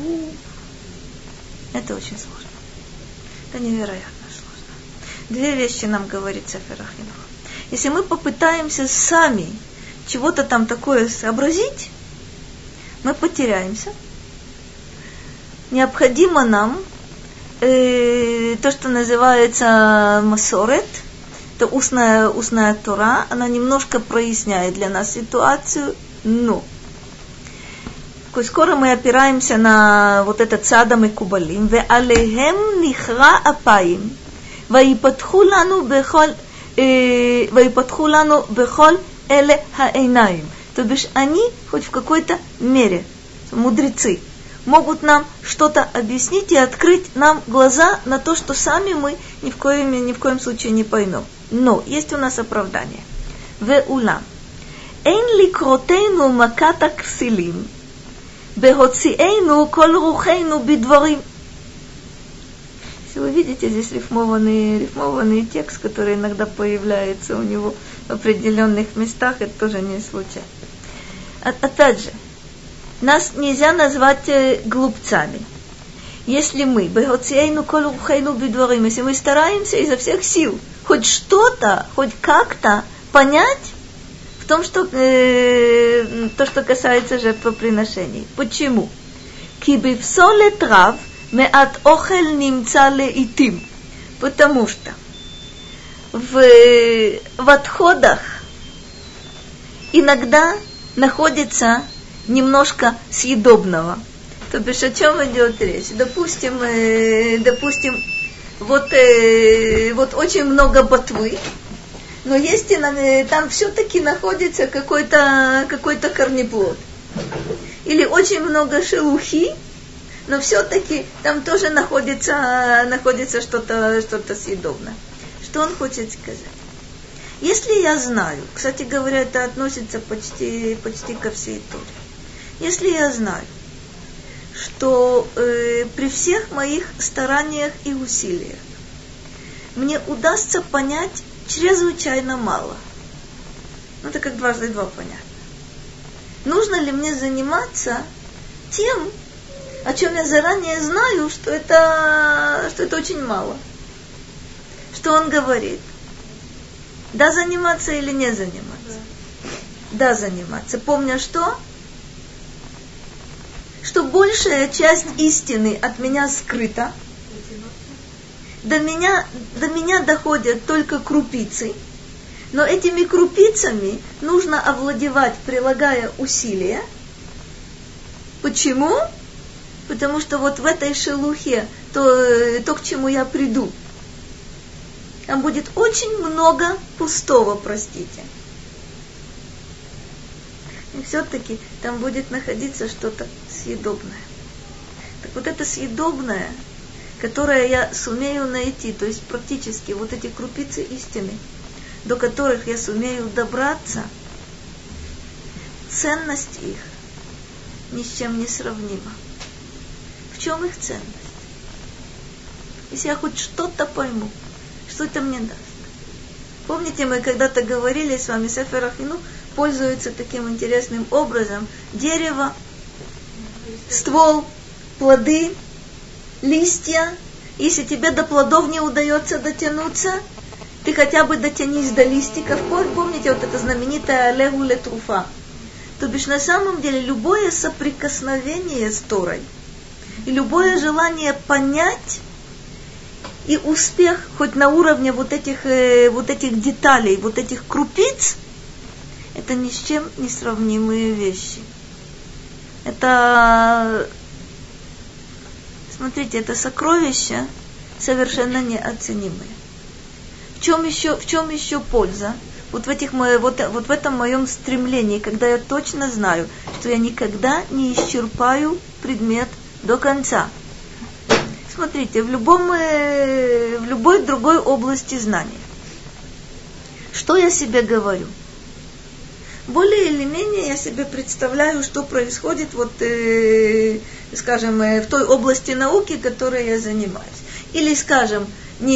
это очень сложно. Это невероятно сложно. Две вещи нам говорит Сефер Ахинух. Если мы попытаемся сами чего-то там такое сообразить, мы потеряемся. Необходимо нам э, то, что называется масорет, это устная, устная Тора, она немножко проясняет для нас ситуацию, но скоро мы опираемся на вот этот садам и кубалим, ве алехем нихра апаим, ваипатху лану бехол, ваипатху лану бехол эле хаэйнаим. То бишь они, хоть в какой-то мере, мудрецы, могут нам что-то объяснить и открыть нам глаза на то, что сами мы ни в коем, ни в коем случае не поймем. Но есть у нас оправдание. Ве улам. Эйн ликротейну маката ксилим, бехоциэйну кол рухейну бидворим. Если вы видите, здесь рифмованный, рифмованный текст, который иногда появляется у него в определенных местах, это тоже не случайно. Опять же, нас нельзя назвать глупцами. Если мы, бехоциэйну кол рухейну бидворим, если мы стараемся изо всех сил хоть что-то, хоть как-то понять в том, что э, то, что касается жертвоприношений. Почему? Ки бивсолет рав меат охель нимца леитим. Потому что в, в отходах иногда находится немножко съедобного. То бишь, о чем идет речь? Допустим, э, допустим, вот, э, вот очень много ботвы, но есть и там все-таки находится какой-то, какой-то корнеплод. Или очень много шелухи, но все-таки там тоже находится, находится что-то, что-то съедобное. Что он хочет сказать? Если я знаю, кстати говоря, это относится почти, почти ко всей Торе. Если я знаю, что э, при всех моих стараниях и усилиях мне удастся понять чрезвычайно мало. Ну, это как дважды два понятно. Нужно ли мне заниматься тем, о чем я заранее знаю, что это, что это очень мало? Что он говорит? Да, заниматься или не заниматься? Да, да заниматься. Помня что? Что большая часть истины от меня скрыта. До меня, до меня доходят только крупицы, но этими крупицами нужно овладевать, прилагая усилия, Почему? Потому что вот в этой шелухе, то, то, к чему я приду, там будет очень много пустого, простите. И все-таки там будет находиться что-то съедобное. Так вот это съедобное, которое я сумею найти, то есть практически вот эти крупицы истины, до которых я сумею добраться, ценность их ни с чем не сравнима. В чем их ценность? Если я хоть что-то пойму, что это мне даст? Помните, мы когда-то говорили с вами, Сефер Ахинух пользуется таким интересным образом. Дерево, ствол, плоды, листья. Если тебе до плодов не удается дотянуться, ты хотя бы дотянись до листиков. Помните вот это знаменитое «Алегу ле труфа». То бишь на самом деле любое соприкосновение с Торой и любое желание понять и успех хоть на уровне вот этих, э, вот этих деталей, вот этих крупиц, это ни с чем не сравнимые вещи. Это, смотрите, это сокровища совершенно неоценимые. В чем еще, в чем еще польза? Вот в, этих, вот, вот в этом моем стремлении, когда я точно знаю, что я никогда не исчерпаю предмет до конца. Смотрите, в, любом, в любой другой области знания. Что я себе говорю? Более или менее я себе представляю, что происходит, вот, э, скажем, э, в той области науки, которой я занимаюсь. Или, скажем,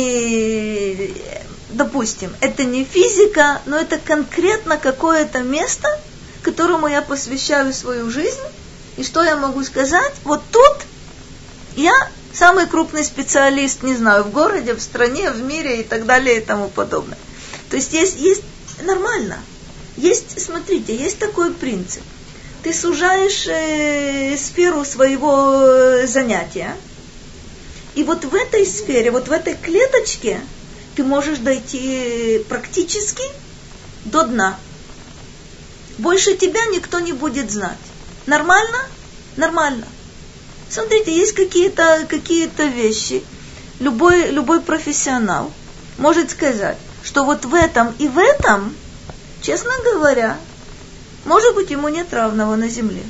не, допустим, это не физика, но это конкретно какое-то место, которому я посвящаю свою жизнь. И что я могу сказать? Вот тут я самый крупный специалист, не знаю, в городе, в стране, в мире и так далее и тому подобное. То есть есть, есть нормально. Есть, смотрите, есть такой принцип. Ты сужаешь э, сферу своего э, занятия, и вот в этой сфере, вот в этой клеточке ты можешь дойти практически до дна. Больше тебя никто не будет знать. Нормально? Нормально. Смотрите, есть какие-то, какие-то вещи. Любой, любой профессионал может сказать, что вот в этом и в этом, честно говоря, может быть, ему нет равного на земле.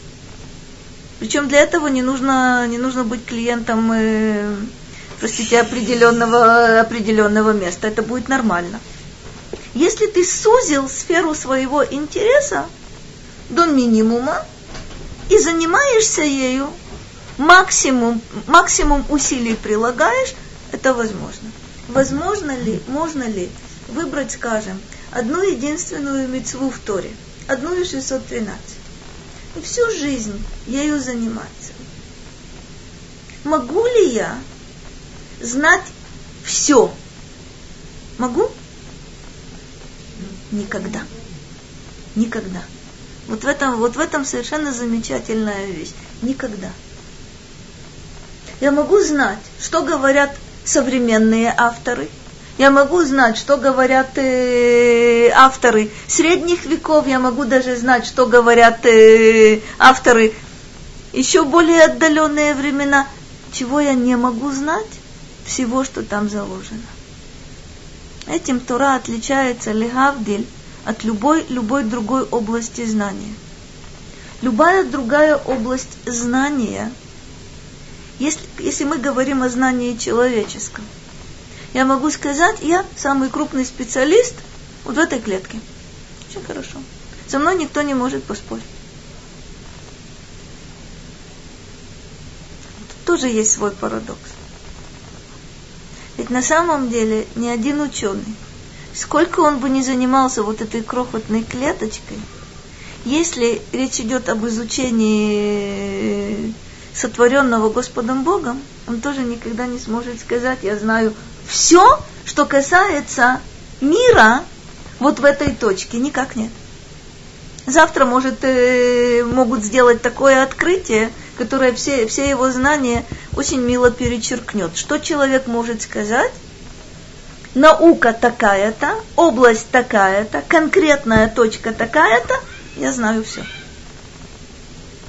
Причем для этого не нужно, не нужно быть клиентом, э, простите, определенного, определенного места. Это будет нормально. Если ты сузил сферу своего интереса до минимума и занимаешься ею, максимум, максимум усилий прилагаешь, это возможно. Возможно ли, можно ли выбрать, скажем, одну единственную мицву в Торе, одну из шестьсот тринадцать, и всю жизнь ею заниматься? Могу ли я знать все? Могу? Никогда. Никогда. Вот в этом, вот в этом совершенно замечательная вещь. Никогда. Я могу знать, что говорят современные авторы. Я могу знать, что говорят э, авторы средних веков. Я могу даже знать, что говорят э, авторы еще более отдаленные времена. Чего я не могу знать? Всего, что там заложено. Этим Тора отличается легавдиль от любой, любой другой области знания. Любая другая область знания, если, если мы говорим о знании человеческом, я могу сказать, я самый крупный специалист вот в этой клетке. Очень хорошо. Со мной никто не может поспорить. Тут тоже есть свой парадокс. Ведь на самом деле ни один ученый, сколько он бы ни занимался вот этой крохотной клеточкой, если речь идет об изучении сотворенного Господом Богом, он тоже никогда не сможет сказать, я знаю все, что касается мира вот в этой точке. Никак нет. Завтра может, э, могут сделать такое открытие, которое все, все его знания очень мило перечеркнет. Что человек может сказать? Наука такая-то, область такая-то, конкретная точка такая-то, я знаю все.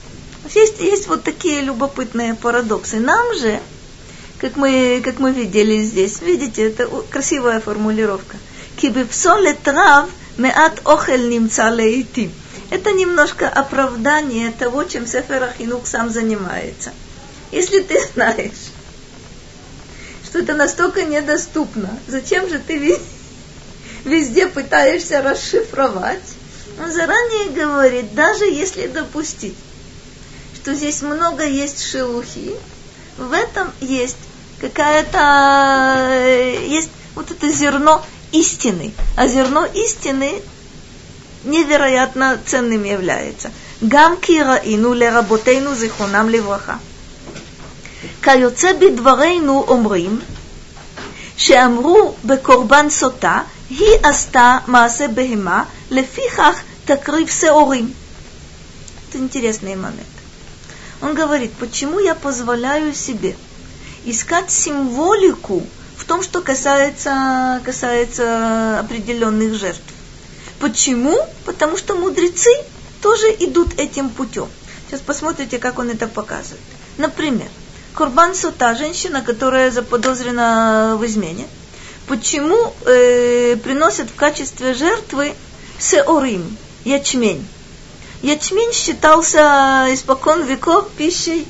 Есть, есть вот такие любопытные парадоксы. Нам же, как мы, как мы видели здесь, видите, это красивая формулировка. Кибипсолет рав меат охель нимца леитим. Это немножко оправдание того, чем Сефер ха-Хинух сам занимается. Если ты знаешь, что это настолько недоступно, зачем же ты везде пытаешься расшифровать? Он заранее говорит, даже если допустить, что здесь много есть шелухи, в этом есть какая-то, есть вот это зерно истины. А зерно истины невероятно ценным является. Гам ки раину леработейну зихронам левраха. כיוצא בדברינו אומרים שאמרו בקורבן סוטה היא עשתה מעשה בהמה לפיכך תקריב שעורים. Это интересный момент. Он говорит, почему я позволяю себе искать символику в том, что касается, касается определенных жертв. Почему? Потому что мудрецы тоже идут этим путем. Сейчас посмотрите, как он это показывает. Например, Корбан Сота, женщина, которая заподозрена в измене. Почему э, приносят в качестве жертвы сеорим, ячмень? Ячмень считался испокон веков пищей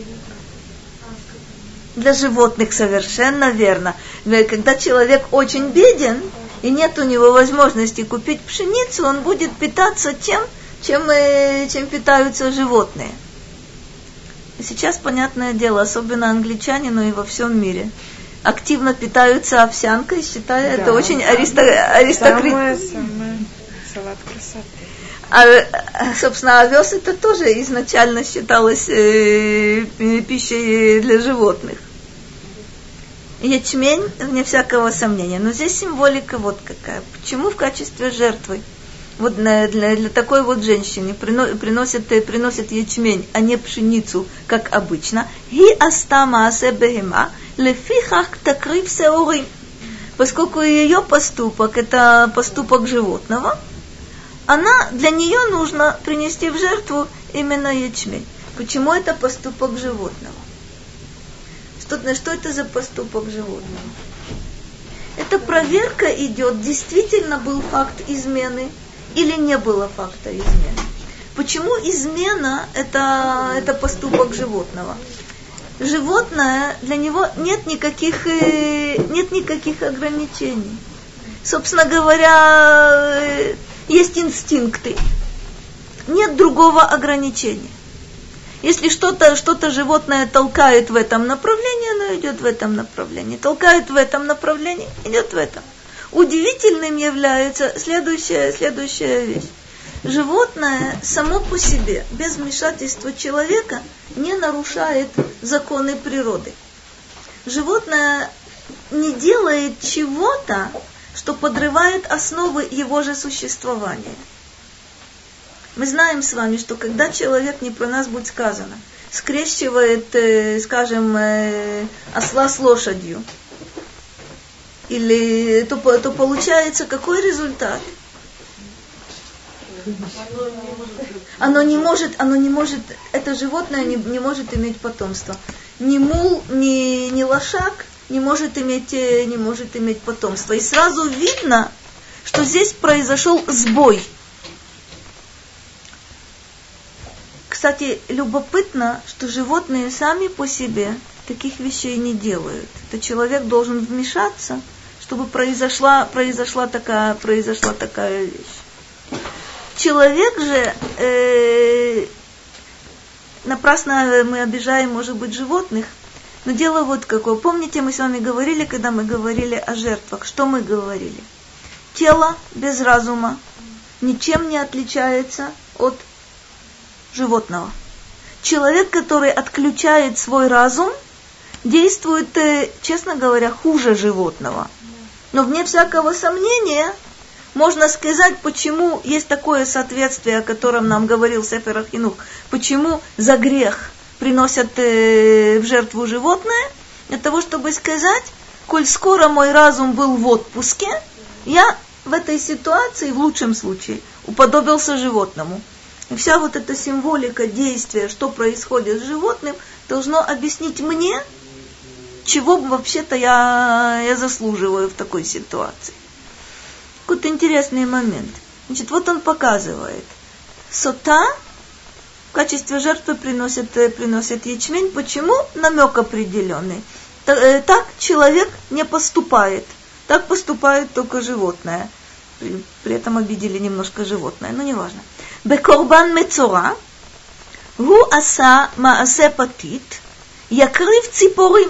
для животных, совершенно верно. Когда человек очень беден и нет у него возможности купить пшеницу, он будет питаться тем, чем, э, чем питаются животные. Сейчас, понятное дело, особенно англичане, но и во всем мире, активно питаются овсянкой, считая да, это очень аристократично. Самое, самое салат красоты. А, собственно, овес это тоже изначально считалось э, пищей для животных. Ячмень, вне всякого сомнения. Но здесь символика вот какая. Почему в качестве жертвы? Вот для, для, для такой вот женщины приносят, приносят ячмень, а не пшеницу, как обычно. Хи аста маасе бехема лефихах такрив сеорим. Поскольку ее поступок это поступок животного, она, для нее нужно принести в жертву именно ячмень. Почему это поступок животного? Что, что это за поступок животного? Эта проверка идет, действительно был факт измены или не было факта измены. Почему измена это, это поступок животного? Животное, для него нет никаких, нет никаких ограничений. Собственно говоря, есть инстинкты. Нет другого ограничения. Если что-то, что-то животное толкает в этом направлении, оно идет в этом направлении. Толкает в этом направлении, идет в этом. Удивительным является следующая, следующая вещь. Животное само по себе, без вмешательства человека, не нарушает законы природы. Животное не делает чего-то, что подрывает основы его же существования. Мы знаем с вами, что когда человек, не про нас будет сказано, скрещивает, э, скажем, э, осла с лошадью, или то, то получается какой результат? Оно не может, оно не может, это животное не, не может иметь потомство. Ни мул, ни, ни лошак не может иметь, не может иметь потомство. И сразу видно, что здесь произошел сбой. Кстати, любопытно, что животные сами по себе таких вещей не делают. Это человек должен вмешаться, чтобы произошла, произошла, такая, произошла такая вещь. Человек же, э, напрасно мы обижаем, может быть, животных, но дело вот какое. Помните, мы с вами говорили, когда мы говорили о жертвах, что мы говорили? Тело без разума ничем не отличается от животного. Человек, который отключает свой разум, действует, честно говоря, хуже животного. Но вне всякого сомнения можно сказать, почему есть такое соответствие, о котором нам говорил Сефер ха-Хинух, почему за грех приносят в жертву животное, для того, чтобы сказать, коль скоро мой разум был в отпуске, я в этой ситуации, в лучшем случае, уподобился животному. И вся вот эта символика действия, что происходит с животным, должно объяснить мне, чего вообще-то я, я заслуживаю в такой ситуации. Какой-то интересный момент. Значит, вот он показывает. Сота в качестве жертвы приносит, приносит ячмень. Почему? Намек определенный. Так человек не поступает. Так поступает только животное. При, при этом обидели немножко животное, но неважно. Бекорбан мецора гу аса маасе патит якрив ципорим.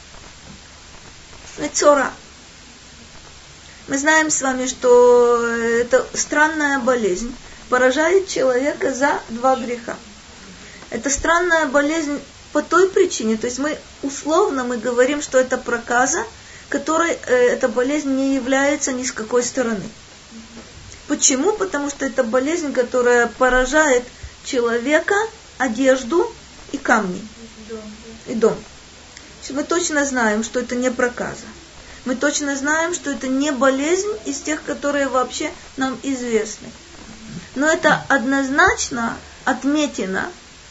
Мецора. Мы знаем с вами, что это странная болезнь поражает человека за два греха. Это странная болезнь по той причине, то есть мы условно мы говорим, что это проказа, которой э, эта болезнь не является ни с какой стороны. Почему? Потому что это болезнь, которая поражает человека, одежду и камни. И дом. Мы точно знаем, что это не проказа. Мы точно знаем, что это не болезнь из тех, которые вообще нам известны. Но это однозначно отметено.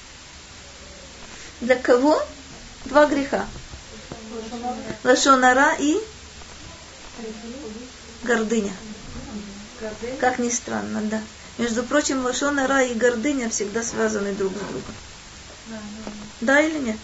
Для кого? Два греха. Лашон ара и гордыня. Как ни странно, да. Между прочим, лашон ара и гордыня всегда связаны друг с другом. Да или нет?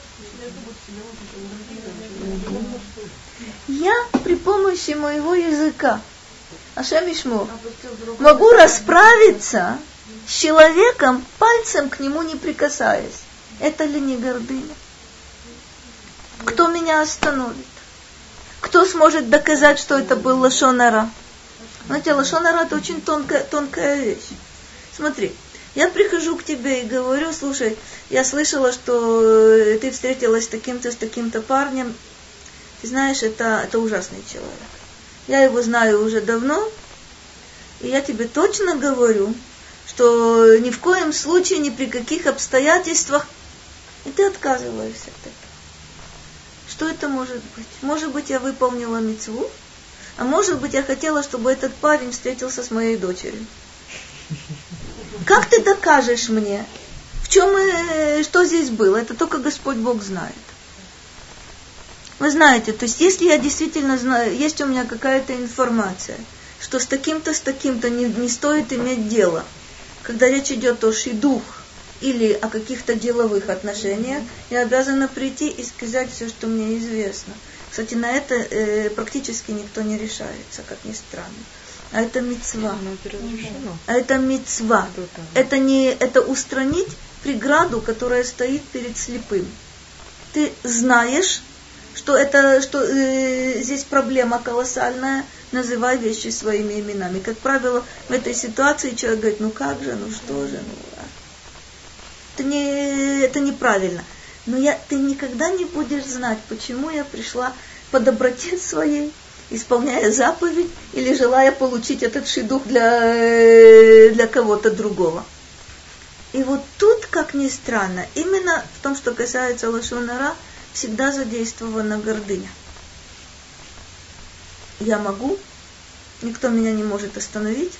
Я при помощи моего языка, Ашем Ишмор, могу расправиться с человеком, пальцем к нему не прикасаясь. Это ли не гордыня? Кто меня остановит? Кто сможет доказать, что это был лашон ара? Знаете, лашон ара это очень тонкая, тонкая вещь. Смотри, я прихожу к тебе и говорю: слушай, я слышала, что ты встретилась с таким-то, с таким-то парнем. Ты знаешь, это, это ужасный человек. Я его знаю уже давно, и я тебе точно говорю, что ни в коем случае, ни при каких обстоятельствах, и ты отказываешься от этого. Что это может быть? Может быть, я выполнила мицву, а может быть, я хотела, чтобы этот парень встретился с моей дочерью. Как ты докажешь мне, в чем и что здесь было? Это только Господь Бог знает. Вы знаете, то есть если я действительно знаю, есть у меня какая-то информация, что с таким-то, с таким-то не, не стоит иметь дело, когда речь идет о шидух или о каких-то деловых отношениях, я обязана прийти и сказать все, что мне известно. Кстати, на это э, практически никто не решается, как ни странно. А это мицва. А это мицва. Это не, это устранить преграду, которая стоит перед слепым. Ты знаешь, что это, что э, здесь проблема колоссальная, называй вещи своими именами. Как правило, в этой ситуации человек говорит: ну как же, ну что же, ну а? это, не, это неправильно. Но я, ты никогда не будешь знать, почему я пришла по доброте своей, исполняя заповедь, или желая получить этот шидух для, для кого-то другого. И вот тут, как ни странно, именно в том, что касается лашон ара, всегда задействована гордыня. Я могу, никто меня не может остановить.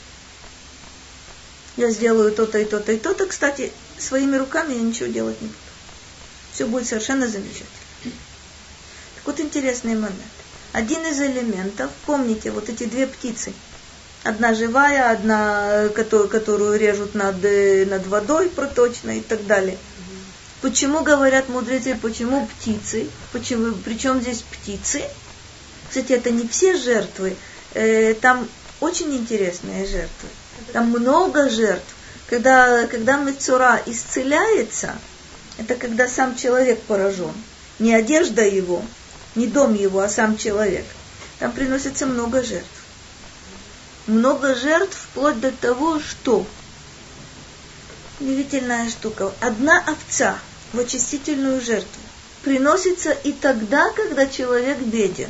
Я сделаю то-то и то-то и то-то. Кстати, своими руками я ничего делать не буду. Все будет совершенно замечательно. Так вот интересный момент. Один из элементов, помните, вот эти две птицы. Одна живая, одна, которую, которую режут над, над водой проточной и так далее. Почему, говорят мудрецы, почему птицы? Почему, причем здесь птицы? Кстати, это не все жертвы. Э, там очень интересные жертвы. Там много жертв. Когда, когда мецора исцеляется, это когда сам человек поражен. Не одежда его, не дом его, а сам человек. Там приносится много жертв. Много жертв вплоть до того, что удивительная штука. Одна овца в очистительную жертву приносится и тогда, когда человек беден.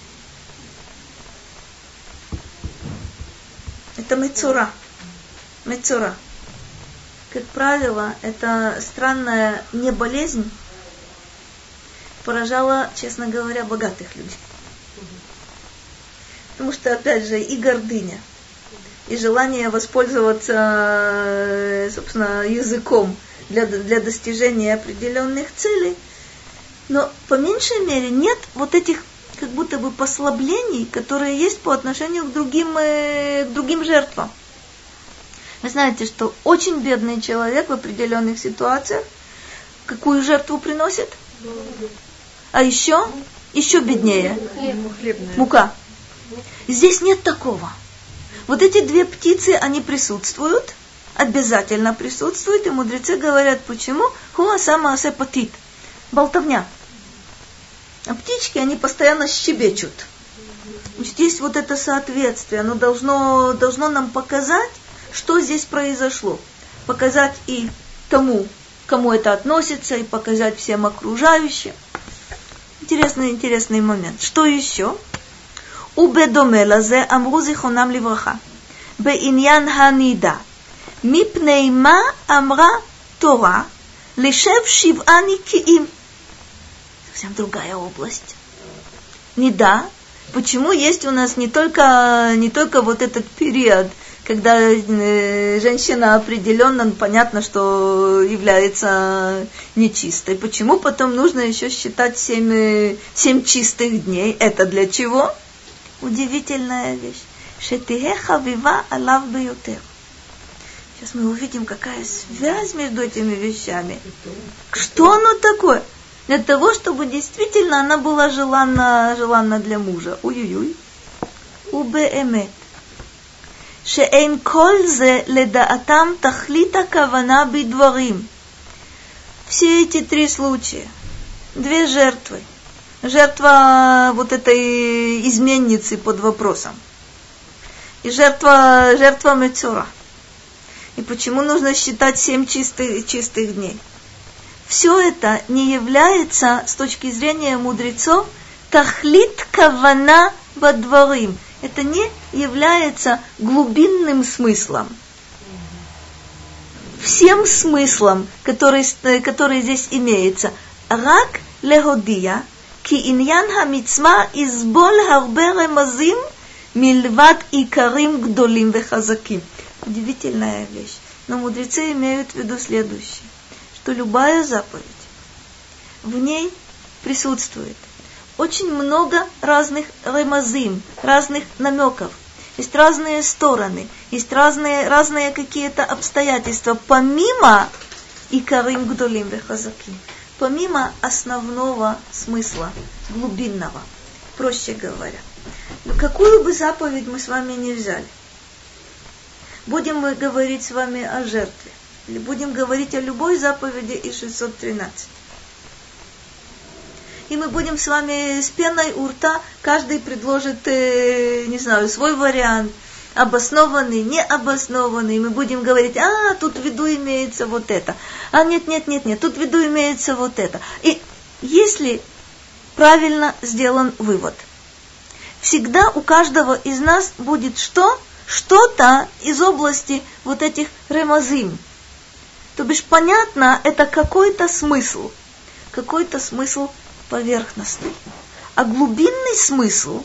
Это мецора. Мецора. Как правило, эта странная не болезнь поражала, честно говоря, богатых людей. Потому что, опять же, и гордыня, и желание воспользоваться, собственно, языком для, для достижения определенных целей. Но по меньшей мере нет вот этих как будто бы послаблений, которые есть по отношению к другим, э, к другим жертвам. Вы знаете, что очень бедный человек в определенных ситуациях какую жертву приносит? А еще, еще беднее. Мука. Здесь нет такого. Вот эти две птицы, они присутствуют, обязательно присутствуют, и мудрецы говорят, почему? Хуа сама асепатит. Болтовня. А птички, они постоянно щебечут. Значит, есть вот это соответствие, оно должно, должно нам показать, что здесь произошло. Показать и тому, кому это относится, и показать всем окружающим. Интересный, интересный момент. Что еще? ובדומה לזה אמרו זיכרונם לברכה בעניין הנידה מפני מה אמרה תורה לשב שבעה נקיים. Совсем другая область. Нида. Почему есть у нас не только, не только вот этот период, когда э, женщина определенно, понятно, что является нечистой. Почему потом нужно еще считать семь, семь чистых дней? Это для чего? Удивительная вещь. Шетихе хавива алав бьютер. Сейчас мы увидим, какая связь между этими вещами. Что оно такое? Для того, чтобы действительно она была желанна, желанна для мужа. Уй-уй-уй. Убеэмет. Шеэйн коль зе ледаатам тахлита кавана бидварим. Все эти три случая. Две жертвы. Жертва вот этой изменницы под вопросом. И жертва, жертва Мецура. И почему нужно считать семь чистых, чистых дней? Все это не является, с точки зрения мудрецов, тахлит кавана бадварим. Это не является глубинным смыслом. Всем смыслом, который, который здесь имеется. Рак леходия, ки иньян хамицма избол харбе ремазим мильват икарим гдолим вехазаким. Удивительная вещь. Но мудрецы имеют в виду следующее. Что любая заповедь, в ней присутствует очень много разных ремазим, разных намеков. Есть разные стороны, есть разные, разные какие-то обстоятельства, помимо икарим гдолим вехазаким, помимо основного смысла, глубинного. Проще говоря, какую бы заповедь мы с вами не взяли, будем мы говорить с вами о жертве, или будем говорить о любой заповеди из шестьсот тринадцать. И мы будем с вами с пеной у рта, каждый предложит, э, не знаю, свой вариант, обоснованный, необоснованный. И мы будем говорить, а, тут в виду имеется вот это. А, нет, нет, нет, нет, тут в виду имеется вот это. И если правильно сделан вывод, всегда у каждого из нас будет что? Что-то из области вот этих ремазим. То бишь, понятно, это какой-то смысл. Какой-то смысл поверхностный. А глубинный смысл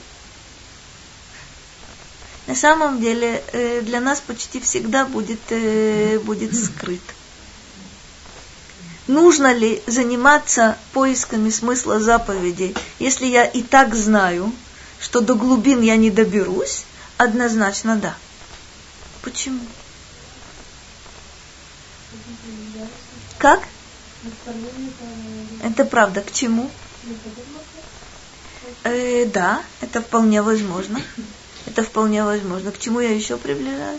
на самом деле для нас почти всегда будет, будет скрыт. Нужно ли заниматься поисками смысла заповедей, если я и так знаю, что до глубин я не доберусь? Однозначно да. Почему? Как? Это правда. К чему? Э, да, это вполне возможно. Это вполне возможно. К чему я еще приближаюсь?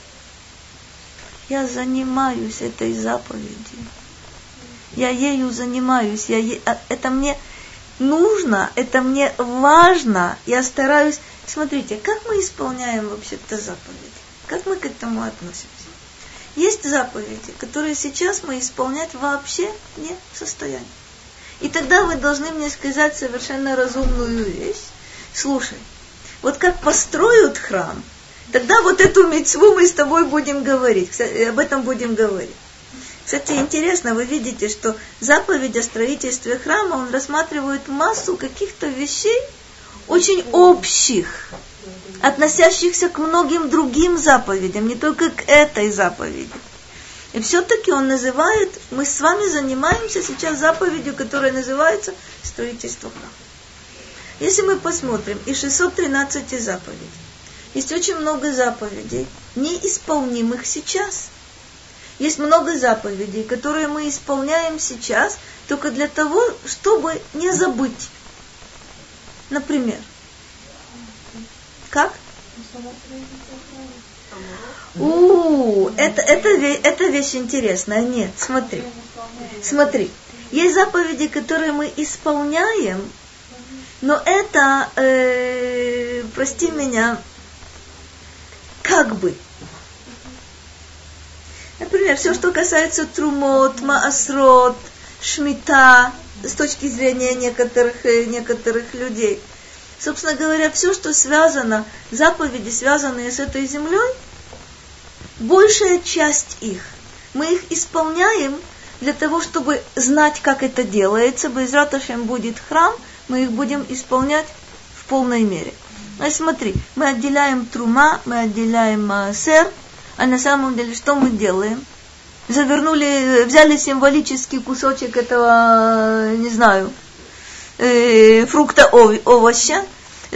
Я занимаюсь этой заповедью. Я ею занимаюсь. Я е... Это мне нужно, это мне важно. Я стараюсь... Смотрите, как мы исполняем вообще-то заповеди? Как мы к этому относимся? Есть заповеди, которые сейчас мы исполнять вообще не в состоянии. И тогда вы должны мне сказать совершенно разумную вещь. Слушай, вот как построят храм, тогда вот эту мицву мы с тобой будем говорить, об этом будем говорить. Кстати, интересно, вы видите, что заповедь о строительстве храма, он рассматривает массу каких-то вещей очень общих. относящихся к многим другим заповедям, не только к этой заповеди. И все-таки он называет, мы с вами занимаемся сейчас заповедью, которая называется строительство храма. Если мы посмотрим, из шестисот тринадцати заповедей, есть очень много заповедей, неисполнимых сейчас. Есть много заповедей, которые мы исполняем сейчас, только для того, чтобы не забыть. Например, как? У, это, это, это вещь интересная. Нет, смотри. Смотри. Есть заповеди, которые мы исполняем, но это, э, прости меня, как бы. Например, все, что касается трумот, маасрот, шмита, с точки зрения некоторых, некоторых людей. Собственно говоря, все, что связано, заповеди, связанные с этой землей, большая часть их, мы их исполняем для того, чтобы знать, как это делается. Бе'эзрат Ашем будет храм, мы их будем исполнять в полной мере. А смотри, мы отделяем трума, мы отделяем маасер, а на самом деле что мы делаем? Завернули, взяли символический кусочек этого, не знаю, э, фрукта, овоща,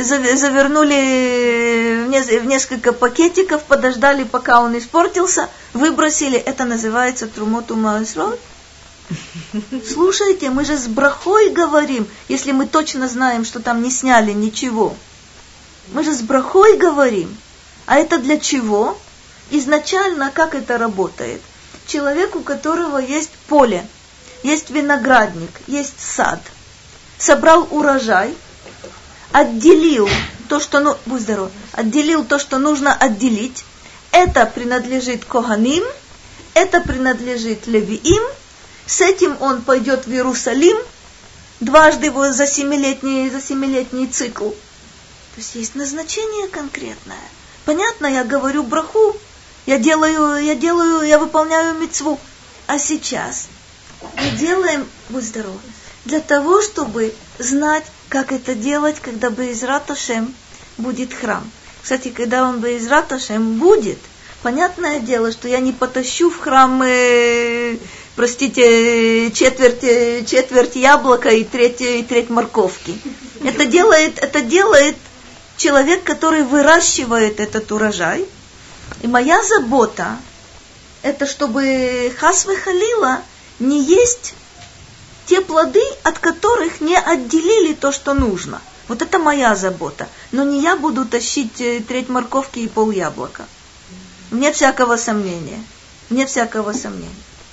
завернули в несколько пакетиков, подождали, пока он испортился, выбросили. Это называется трумот умаасрот. Слушайте, мы же с брахой говорим, если мы точно знаем, что там не сняли ничего. Мы же с брахой говорим. А это для чего? Изначально как это работает? Человек, у которого есть поле, есть виноградник, есть сад, собрал урожай, отделил то, что, ну, будь здоров, отделил то, что нужно отделить, это принадлежит Коганим, это принадлежит Левиим, с этим он пойдет в Иерусалим, дважды его за семилетний, за семилетний цикл. То есть есть назначение конкретное. Понятно, я говорю браху, я делаю, я делаю, я выполняю мицву. А сейчас мы делаем, будь здоров, для того, чтобы знать, как это делать, когда Бе'эзрат Ашем будет храм. Кстати, когда он Бе'эзрат Ашем будет, понятное дело, что я не потащу в храм, э, простите, четверть, четверть яблока и треть, и треть морковки. Это делает, это делает человек, который выращивает этот урожай. И моя забота, это чтобы хас вехалила не есть те плоды, от которых не отделили то, что нужно. Вот это моя забота. Но не я буду тащить треть морковки и пол яблока. Вне всякого сомнения. Вне всякого сомнения.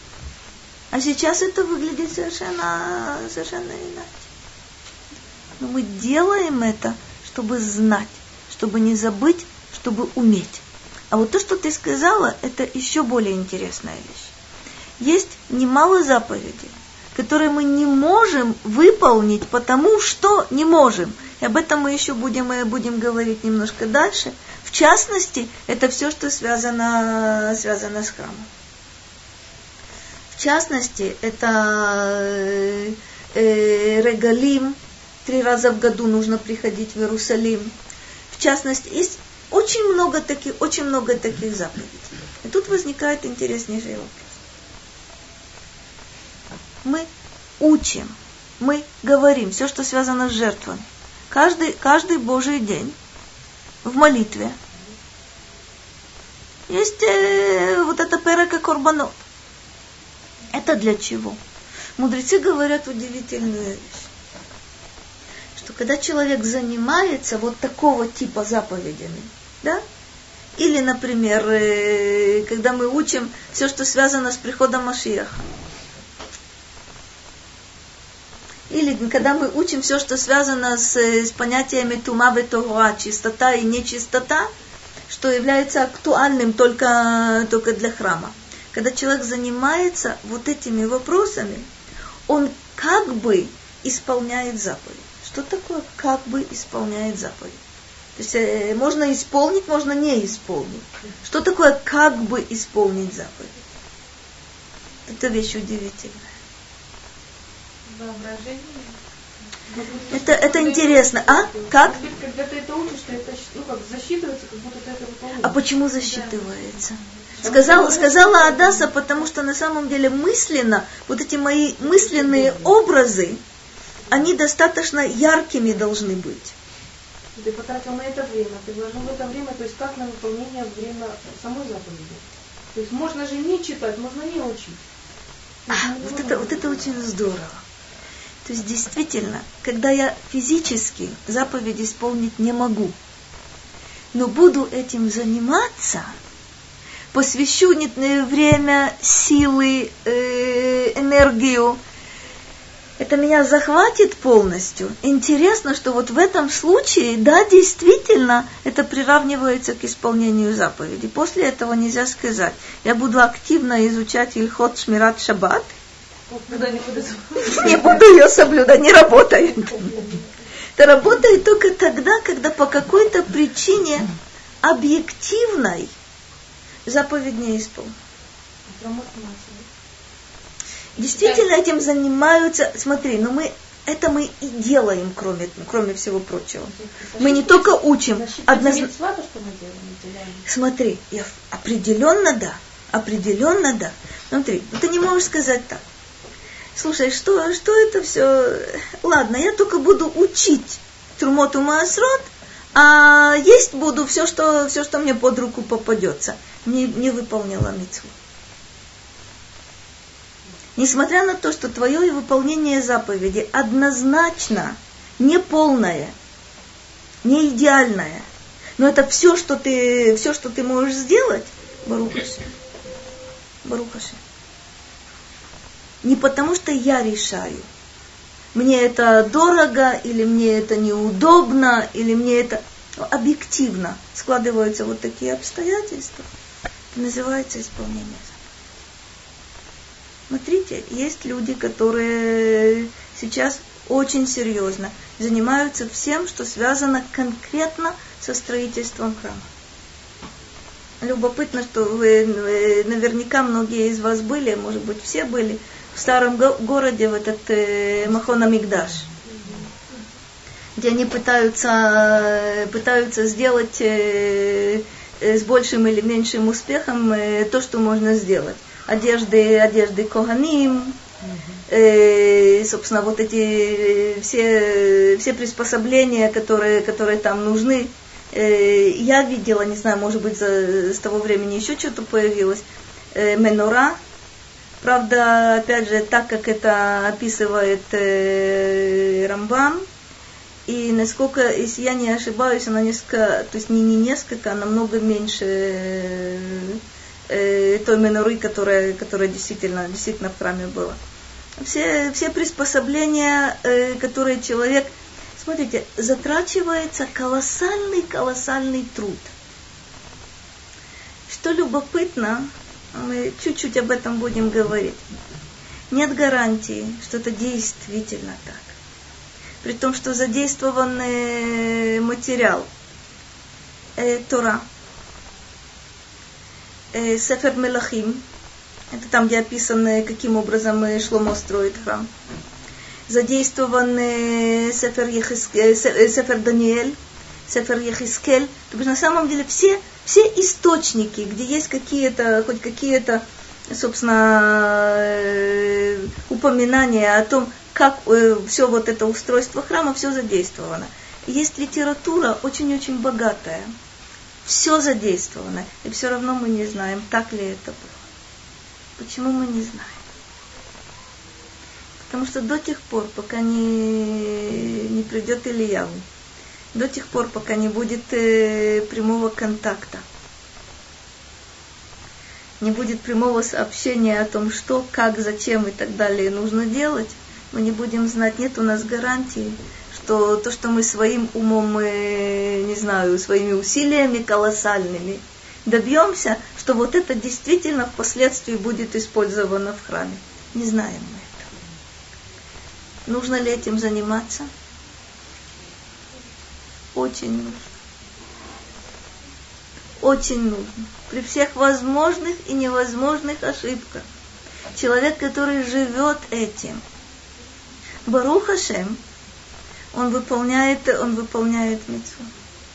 А сейчас это выглядит совершенно, совершенно иначе. Но мы делаем это, чтобы знать, чтобы не забыть, чтобы уметь. А вот то, что ты сказала, это еще более интересная вещь. Есть немало заповедей, которые мы не можем выполнить, потому что не можем. И об этом мы еще будем, мы будем говорить немножко дальше. В частности, это все, что связано, связано с храмом. В частности, это э, э, регалим. Три раза в году нужно приходить в Иерусалим. В частности, есть очень много таких, очень много таких заповедей. И тут возникает интереснейший вопрос. Мы учим, мы говорим все, что связано с жертвами. Каждый, каждый Божий день в молитве есть э, вот это перека корбанот. Это для чего? Мудрецы говорят удивительную вещь. Что когда человек занимается вот такого типа заповедями, да? Или, например, э, когда мы учим все, что связано с приходом Машиаха. Или когда мы учим все, что связано с, с понятиями тума ве-тогуа, чистота и нечистота, что является актуальным только, только для храма. Когда человек занимается вот этими вопросами, он как бы исполняет заповедь. Что такое как бы исполняет заповедь? То есть э, можно исполнить, можно не исполнить. Что такое как бы исполнить заповедь? Это вещь удивительная. Воображение? Это, это интересно. А? Как? Когда ты это учишь, что это ну, как засчитывается, как будто ты это выполняешь. А почему засчитывается? Сказала, сказала Адаса, потому что на самом деле мысленно, вот эти мои мысленные образы, они достаточно яркими должны быть. Ты потратил на это время, ты вложил в это время, то есть как на выполнение время самой заповеди. То есть можно же не читать, можно не учить. А, вот это, вот это очень здорово. То есть действительно, когда я физически заповедь исполнить не могу, но буду этим заниматься, посвящу время, силы, э, энергию, это меня захватит полностью. Интересно, что вот в этом случае, да, действительно, это приравнивается к исполнению заповеди. После этого нельзя сказать, я буду активно изучать Ильхот Шмират Шаббат, не буду ее соблюдать, не работает. Это работает только тогда, когда по какой-то причине объективной заповедь не исполнена. Действительно этим занимаются, смотри, но мы это мы и делаем, кроме, кроме всего прочего. Мы не только учим. Однозначно. Смотри, я определенно да, определенно да. Смотри, ну ты не можешь сказать так. Слушай, что, что это все? Ладно, я только буду учить Трумот у'Маасрот, а есть буду все, что, все, что мне под руку попадется. Не, не выполнила мицву. Несмотря на то, что твое выполнение заповеди однозначно неполное, не идеальное, но это все, что ты, все, что ты можешь сделать, Барух Ашем. Барух Ашем. Не потому, что я решаю, мне это дорого, или мне это неудобно, или мне это объективно складываются вот такие обстоятельства. Это называется исполнение заповеди. Смотрите, есть люди, которые сейчас очень серьезно занимаются всем, что связано конкретно со строительством храма. Любопытно, что вы, наверняка многие из вас были, может быть, все были в старом го- городе, в этот э, Махон ха-Микдаш, где они пытаются, пытаются сделать э, э, с большим или меньшим успехом э, то, что можно сделать. Одежды, одежды коганим, э, собственно, вот эти все, все приспособления, которые, которые там нужны. Э, я видела, не знаю, может быть, за, с того времени еще что-то появилось, э, менора. Правда, опять же, так как это описывает э, Рамбам, и насколько, если я не ошибаюсь, она несколько, то есть не, не несколько, а намного меньше э, той меноры, которая, которая действительно, действительно в храме была. Все, все приспособления, э, которые человек, смотрите, затрачивается колоссальный-колоссальный труд. Что любопытно, мы чуть-чуть об этом будем говорить. Нет гарантии, что это действительно так. При том, что задействованный материал, э, Тора, э, Сефер Мелахим, это там, где описано, каким образом Шломо строит храм, задействованный Сефер, Ехискель, Сефер Даниэль, Сефер Ехискель, то есть на самом деле все Все источники, где есть какие-то, хоть какие-то, собственно, упоминания о том, как все вот это устройство храма, все задействовано. И есть литература очень-очень богатая. Все задействовано. И все равно мы не знаем, так ли это было. Почему мы не знаем? Потому что до тех пор, пока не, не придет Ильяу, до тех пор, пока не будет э, прямого контакта, не будет прямого сообщения о том, что, как, зачем и так далее нужно делать, мы не будем знать, нет у нас гарантии, что то, что мы своим умом, э, не знаю, своими усилиями колоссальными добьемся, что вот это действительно впоследствии будет использовано в храме. Не знаем мы это. Нужно ли этим заниматься? Очень нужно. Очень нужно. При всех возможных и невозможных ошибках. Человек, который живет этим. Барух Ашем, он выполняет, он выполняет мицву.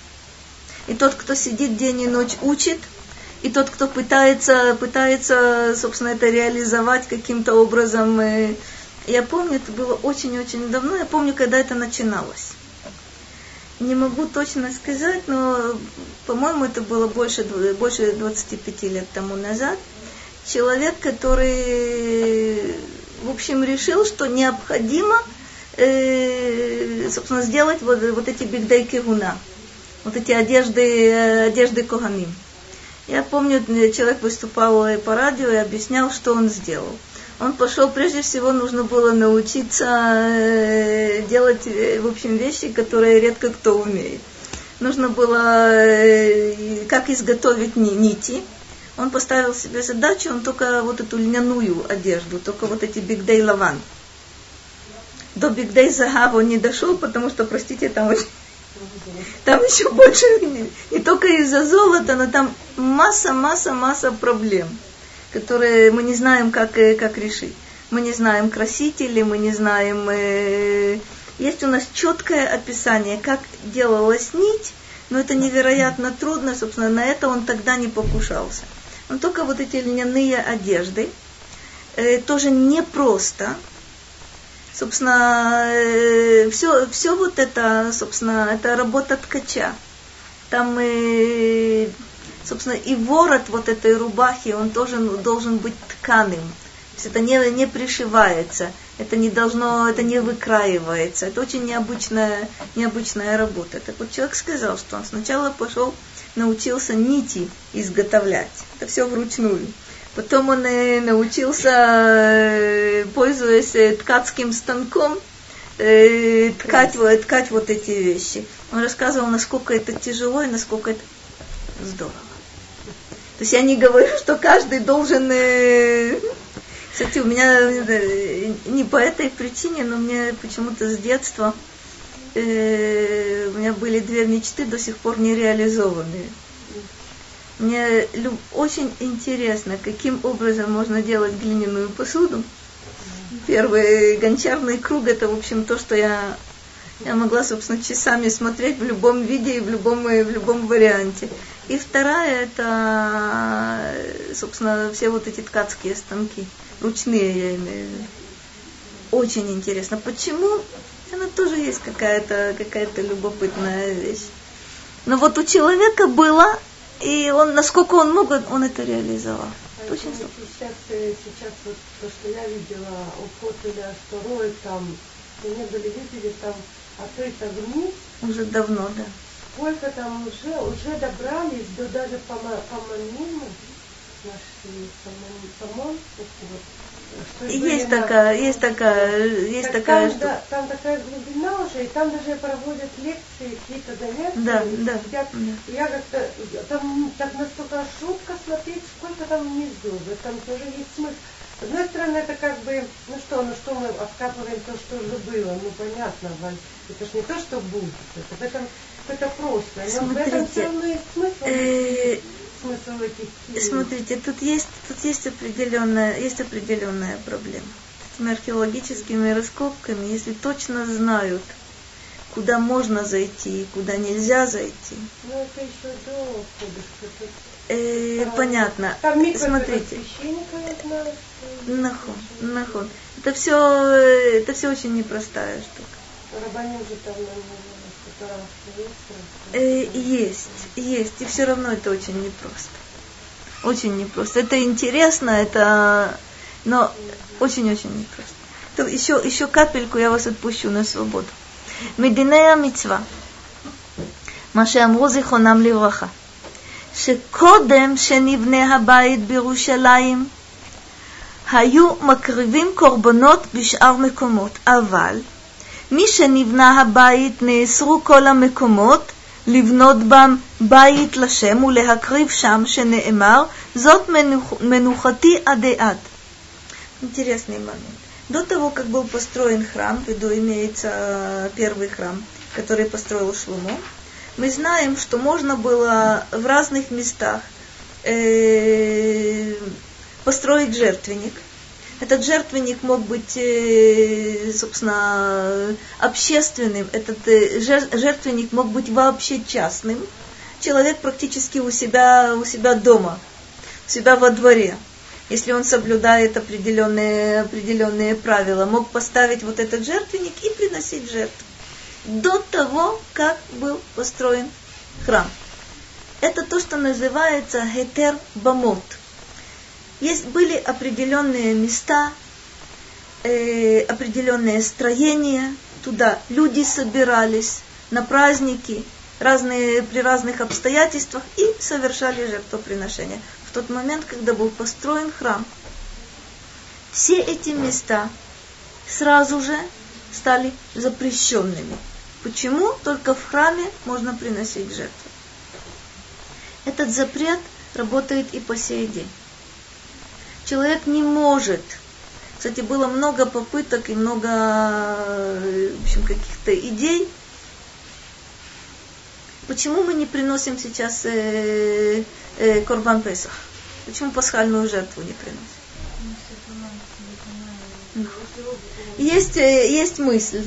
И тот, кто сидит день и ночь, учит, и тот, кто пытается, пытается, собственно, это реализовать каким-то образом. Я помню, это было очень-очень давно, я помню, когда это начиналось. Не могу точно сказать, но, по-моему, это было больше, больше двадцати пяти лет тому назад. Человек, который, в общем, решил, что необходимо, э, собственно, сделать вот, вот эти бигдей кегуна, вот эти одежды, одежды коганим. Я помню, человек выступал по радио и объяснял, что он сделал. Он пошел, прежде всего, нужно было научиться делать, в общем, вещи, которые редко кто умеет. Нужно было, как изготовить нити. Он поставил себе задачу, он только вот эту льняную одежду, только вот эти бигдей лаван. До бигдей загав он не дошел, потому что, простите, там очень... Там еще больше, не, не только из-за золота, но там масса, масса, масса проблем, которые мы не знаем, как, как решить. Мы не знаем красители, мы не знаем... Э, есть у нас четкое описание, как делалась нить, но это невероятно трудно, собственно, на это он тогда не покушался. Но только вот эти льняные одежды, э, тоже непросто. Собственно, э, все, все вот это, собственно, это работа ткача. Там, э, собственно, и ворот вот этой рубахи, он тоже должен быть тканым. То есть это не, не пришивается, это не должно, это не выкраивается. Это очень необычная, необычная работа. Так вот, человек сказал, что он сначала пошел, научился нити изготовлять. Это все вручную. Потом он научился, пользуясь ткацким станком, ткать, ткать вот эти вещи. Он рассказывал, насколько это тяжело и насколько это здорово. То есть я не говорю, что каждый должен... Кстати, у меня не по этой причине, но мне почему-то с детства у меня были две мечты, до сих пор не реализованные. Мне очень интересно, каким образом можно делать глиняную посуду. Первый гончарный круг, это, в общем, то, что я, я могла, собственно, часами смотреть в любом виде и в любом, в любом варианте. И вторая, это, собственно, все вот эти ткацкие станки, ручные, я имею в виду. Очень интересно. Почему? Она тоже есть какая-то, какая-то любопытная вещь. Но вот у человека было... И он, насколько он мог, он это реализовал. А очень сейчас, сейчас вот то, что я видела, уход или астероид, там, они были, видели, там, отрыто вниз. Уже давно, да. Сколько там уже, уже добрались до даже поманину, нашли поман, вот. Есть такая, есть такая, есть так такая там, штука. Да, там такая глубина уже, и там даже проводят лекции, какие-то занятия. Да, да, сидят, да. Я как-то, там так настолько жутко смотреть, сколько там внизу, там тоже есть смысл. С одной стороны, это как бы, ну что, ну что мы откапываем то, что уже было, ну понятно, Валь, это же не то, что будет, это в этом, это просто. Но в этом все равно есть смысл. Смысл этих... Смотрите, тут есть, тут есть определенная, есть определенная проблема. С этими археологическими раскопками, если точно знают, куда можно зайти и куда нельзя зайти. Ну, это еще до входа. Э, понятно. Там микро смотрите. Священника, я знаю. Нахон, нахон. Это все, это все очень непростая штука. Рабаним же там на Э, есть, есть, и все равно это очень непросто. Очень непросто. Это интересно, это, но очень-очень непросто. То еще, еще капельку я вас отпущу на свободу. Мединея мицва. מה שאמרו זיכרונם לברכה, שקודם שנבנה הבית בירושלים, היו מקריבים קורבנות בשאר מקומות, אבל מי שנבנה הבית נאסרו כל המקומות לבנות בם בית לשם ולהקריב שם שנאמר זאת מנוחתי עדי עד. Интересный момент. До того, как был построен храм, в виду имеется первый храм, который построил Шломо, мы знаем, что можно было в разных местах э, построить жертвенник. Этот жертвенник мог быть, собственно, общественным, этот жертвенник мог быть вообще частным. Человек практически у себя, у себя дома, у себя во дворе, если он соблюдает определенные, определенные правила, мог поставить вот этот жертвенник и приносить жертву. До того, как был построен храм. Это то, что называется гетер бамот. Есть были определенные места, э, определенные строения, туда люди собирались на праздники, разные, при разных обстоятельствах и совершали жертвоприношения. В тот момент, когда был построен храм, все эти места сразу же стали запрещенными. Почему? Только в храме можно приносить жертву. Этот запрет работает и по сей день. Человек не может. Кстати, было много попыток и много, в общем, каких-то идей. Почему мы не приносим сейчас э, э, Корбан Песах? Почему пасхальную жертву не приносим? Есть, есть мысль.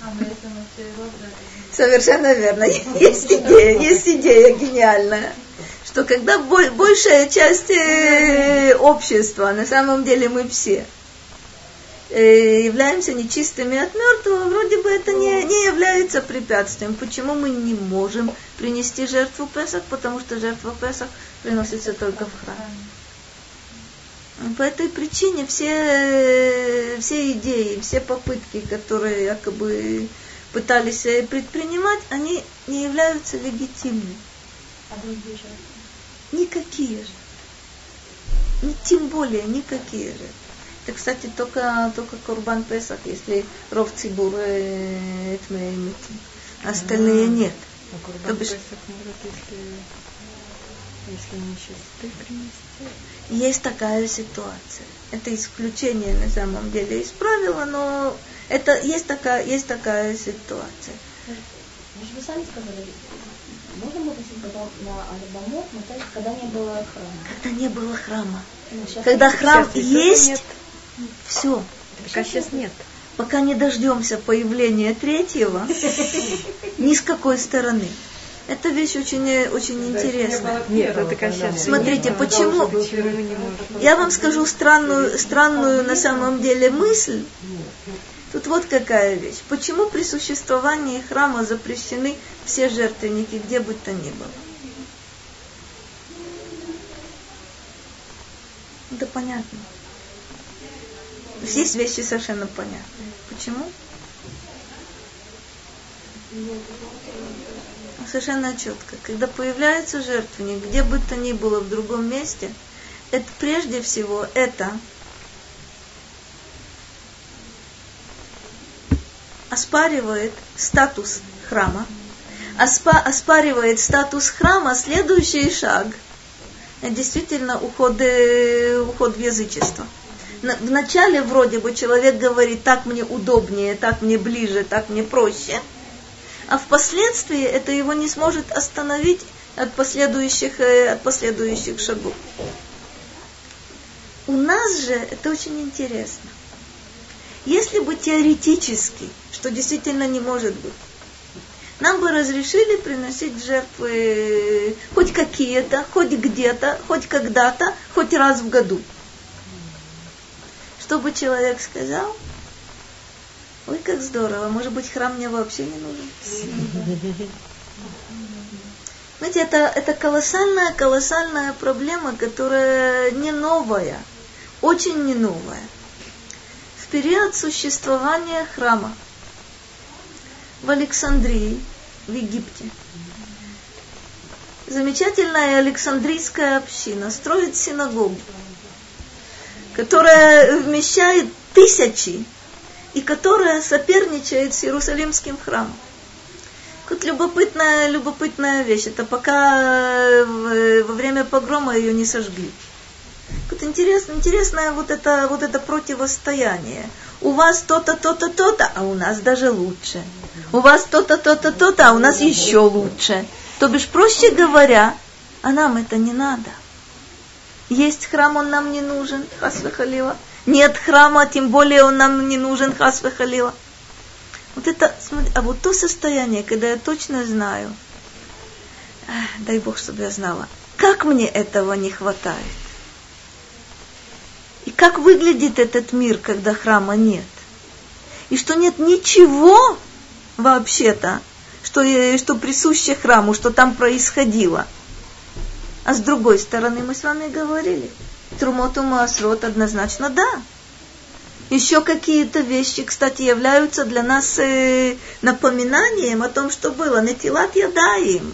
Совершенно верно. Есть идея, есть идея гениальная, что когда большая часть общества, на самом деле мы все, являемся нечистыми от мертвого, вроде бы это не, не является препятствием. Почему мы не можем принести жертву Песах? Потому что жертва Песах приносится только в храме. По этой причине все, все идеи, все попытки, которые якобы пытались предпринимать, они не являются легитимными. А другие же? Никакие же. Ни, тем более никакие же. Это, кстати, только, только Корбан Песах, если ров цибур этмеем, остальные нет. А Корбан Песах может, если, если не чисты принести? Есть такая ситуация. Это исключение на самом деле из правила, но это есть такая, есть такая ситуация. Может, вы сами сказали, можно было на Альбамот, когда не было храма? Когда не было храма. Ну, когда храм сейчас есть, нет. все. Так, сейчас нет. Пока не дождемся появления третьего, ни с какой стороны. Эта вещь очень, очень интересная. Нет, это сейчас. Смотрите, нет, почему? Я вам скажу странную, странную на самом деле мысль. Тут вот какая вещь. Почему при существовании храма запрещены все жертвенники, где бы то ни было? Это понятно. Есть вещи совершенно понятны. Почему? Совершенно четко. Когда появляется жертвенник, где бы то ни было в другом месте, это прежде всего это оспаривает статус храма, оспа, оспаривает статус храма, следующий шаг – это действительно уход, уход в язычество. Вначале вроде бы человек говорит, так мне удобнее, так мне ближе, так мне проще, а впоследствии это его не сможет остановить от последующих, от последующих шагов. У нас же это очень интересно. Если бы теоретически, что действительно не может быть, нам бы разрешили приносить жертвы хоть какие-то, хоть где-то, хоть когда-то, хоть раз в году. Что бы человек сказал? Ой, как здорово, может быть, храм мне вообще не нужен. Знаете, это, это колоссальная, колоссальная проблема, которая не новая, очень не новая. В период существования храма в Александрии, в Египте, замечательная Александрийская община строит синагогу, которая вмещает тысячи и которая соперничает с Иерусалимским храмом. Тут любопытная, любопытная вещь. Это пока во время погрома ее не сожгли. Тут интересно, интересное вот это, вот это противостояние. У вас то-то, то-то, то-то, а у нас даже лучше. У вас то-то, то-то, то-то, а у нас еще лучше. То бишь, проще говоря, а нам это не надо. Есть храм, он нам не нужен, хас вехалила. нет храма, тем более он нам не нужен, хас вехалила. Вот это, а вот то состояние, когда я точно знаю, дай Бог, чтобы я знала, как мне этого не хватает. И как выглядит этот мир, когда храма нет. И что нет ничего вообще-то, что, что присуще храму, что там происходило. А с другой стороны, мы с вами говорили, Трумот у'Маасрот однозначно да. Еще какие-то вещи, кстати, являются для нас э, напоминанием о том, что было. Нетилат ядаим.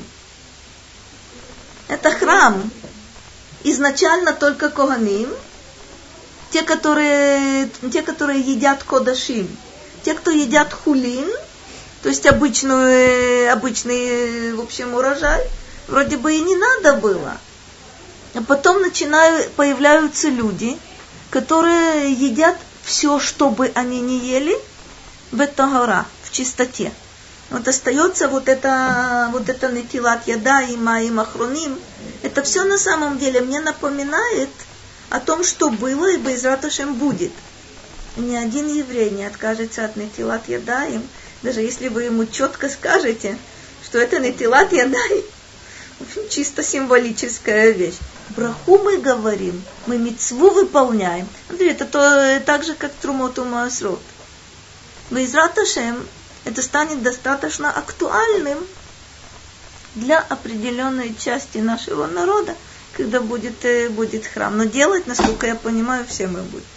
Это храм. Изначально только коганим, те, которые, те, которые едят кодашим, те, кто едят хулин, то есть обычную, обычный, в общем, урожай, вроде бы и не надо было. А потом начинают, появляются люди, которые едят все, что бы они ни ели, бетагара, в чистоте. Вот остается вот это, вот это нетилат ядаим, аим ахроним. Это все на самом деле мне напоминает о том, что было и бе'эзрат Ашем будет. И ни один еврей не откажется от нетилат ядаим, даже если вы ему четко скажете, что это нетилат ядаим. В общем, чисто символическая вещь. Браху мы говорим, мы мицву выполняем. Смотри, это то, так же, как Трумот у'Маасрот. Бе'эзрат Ашем это станет достаточно актуальным для определенной части нашего народа, когда будет, будет храм. Но делать, насколько я понимаю, все мы будем.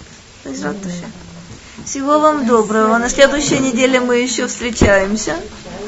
Бе'эзрат Ашем. Всего вам доброго. На следующей неделе мы еще встречаемся.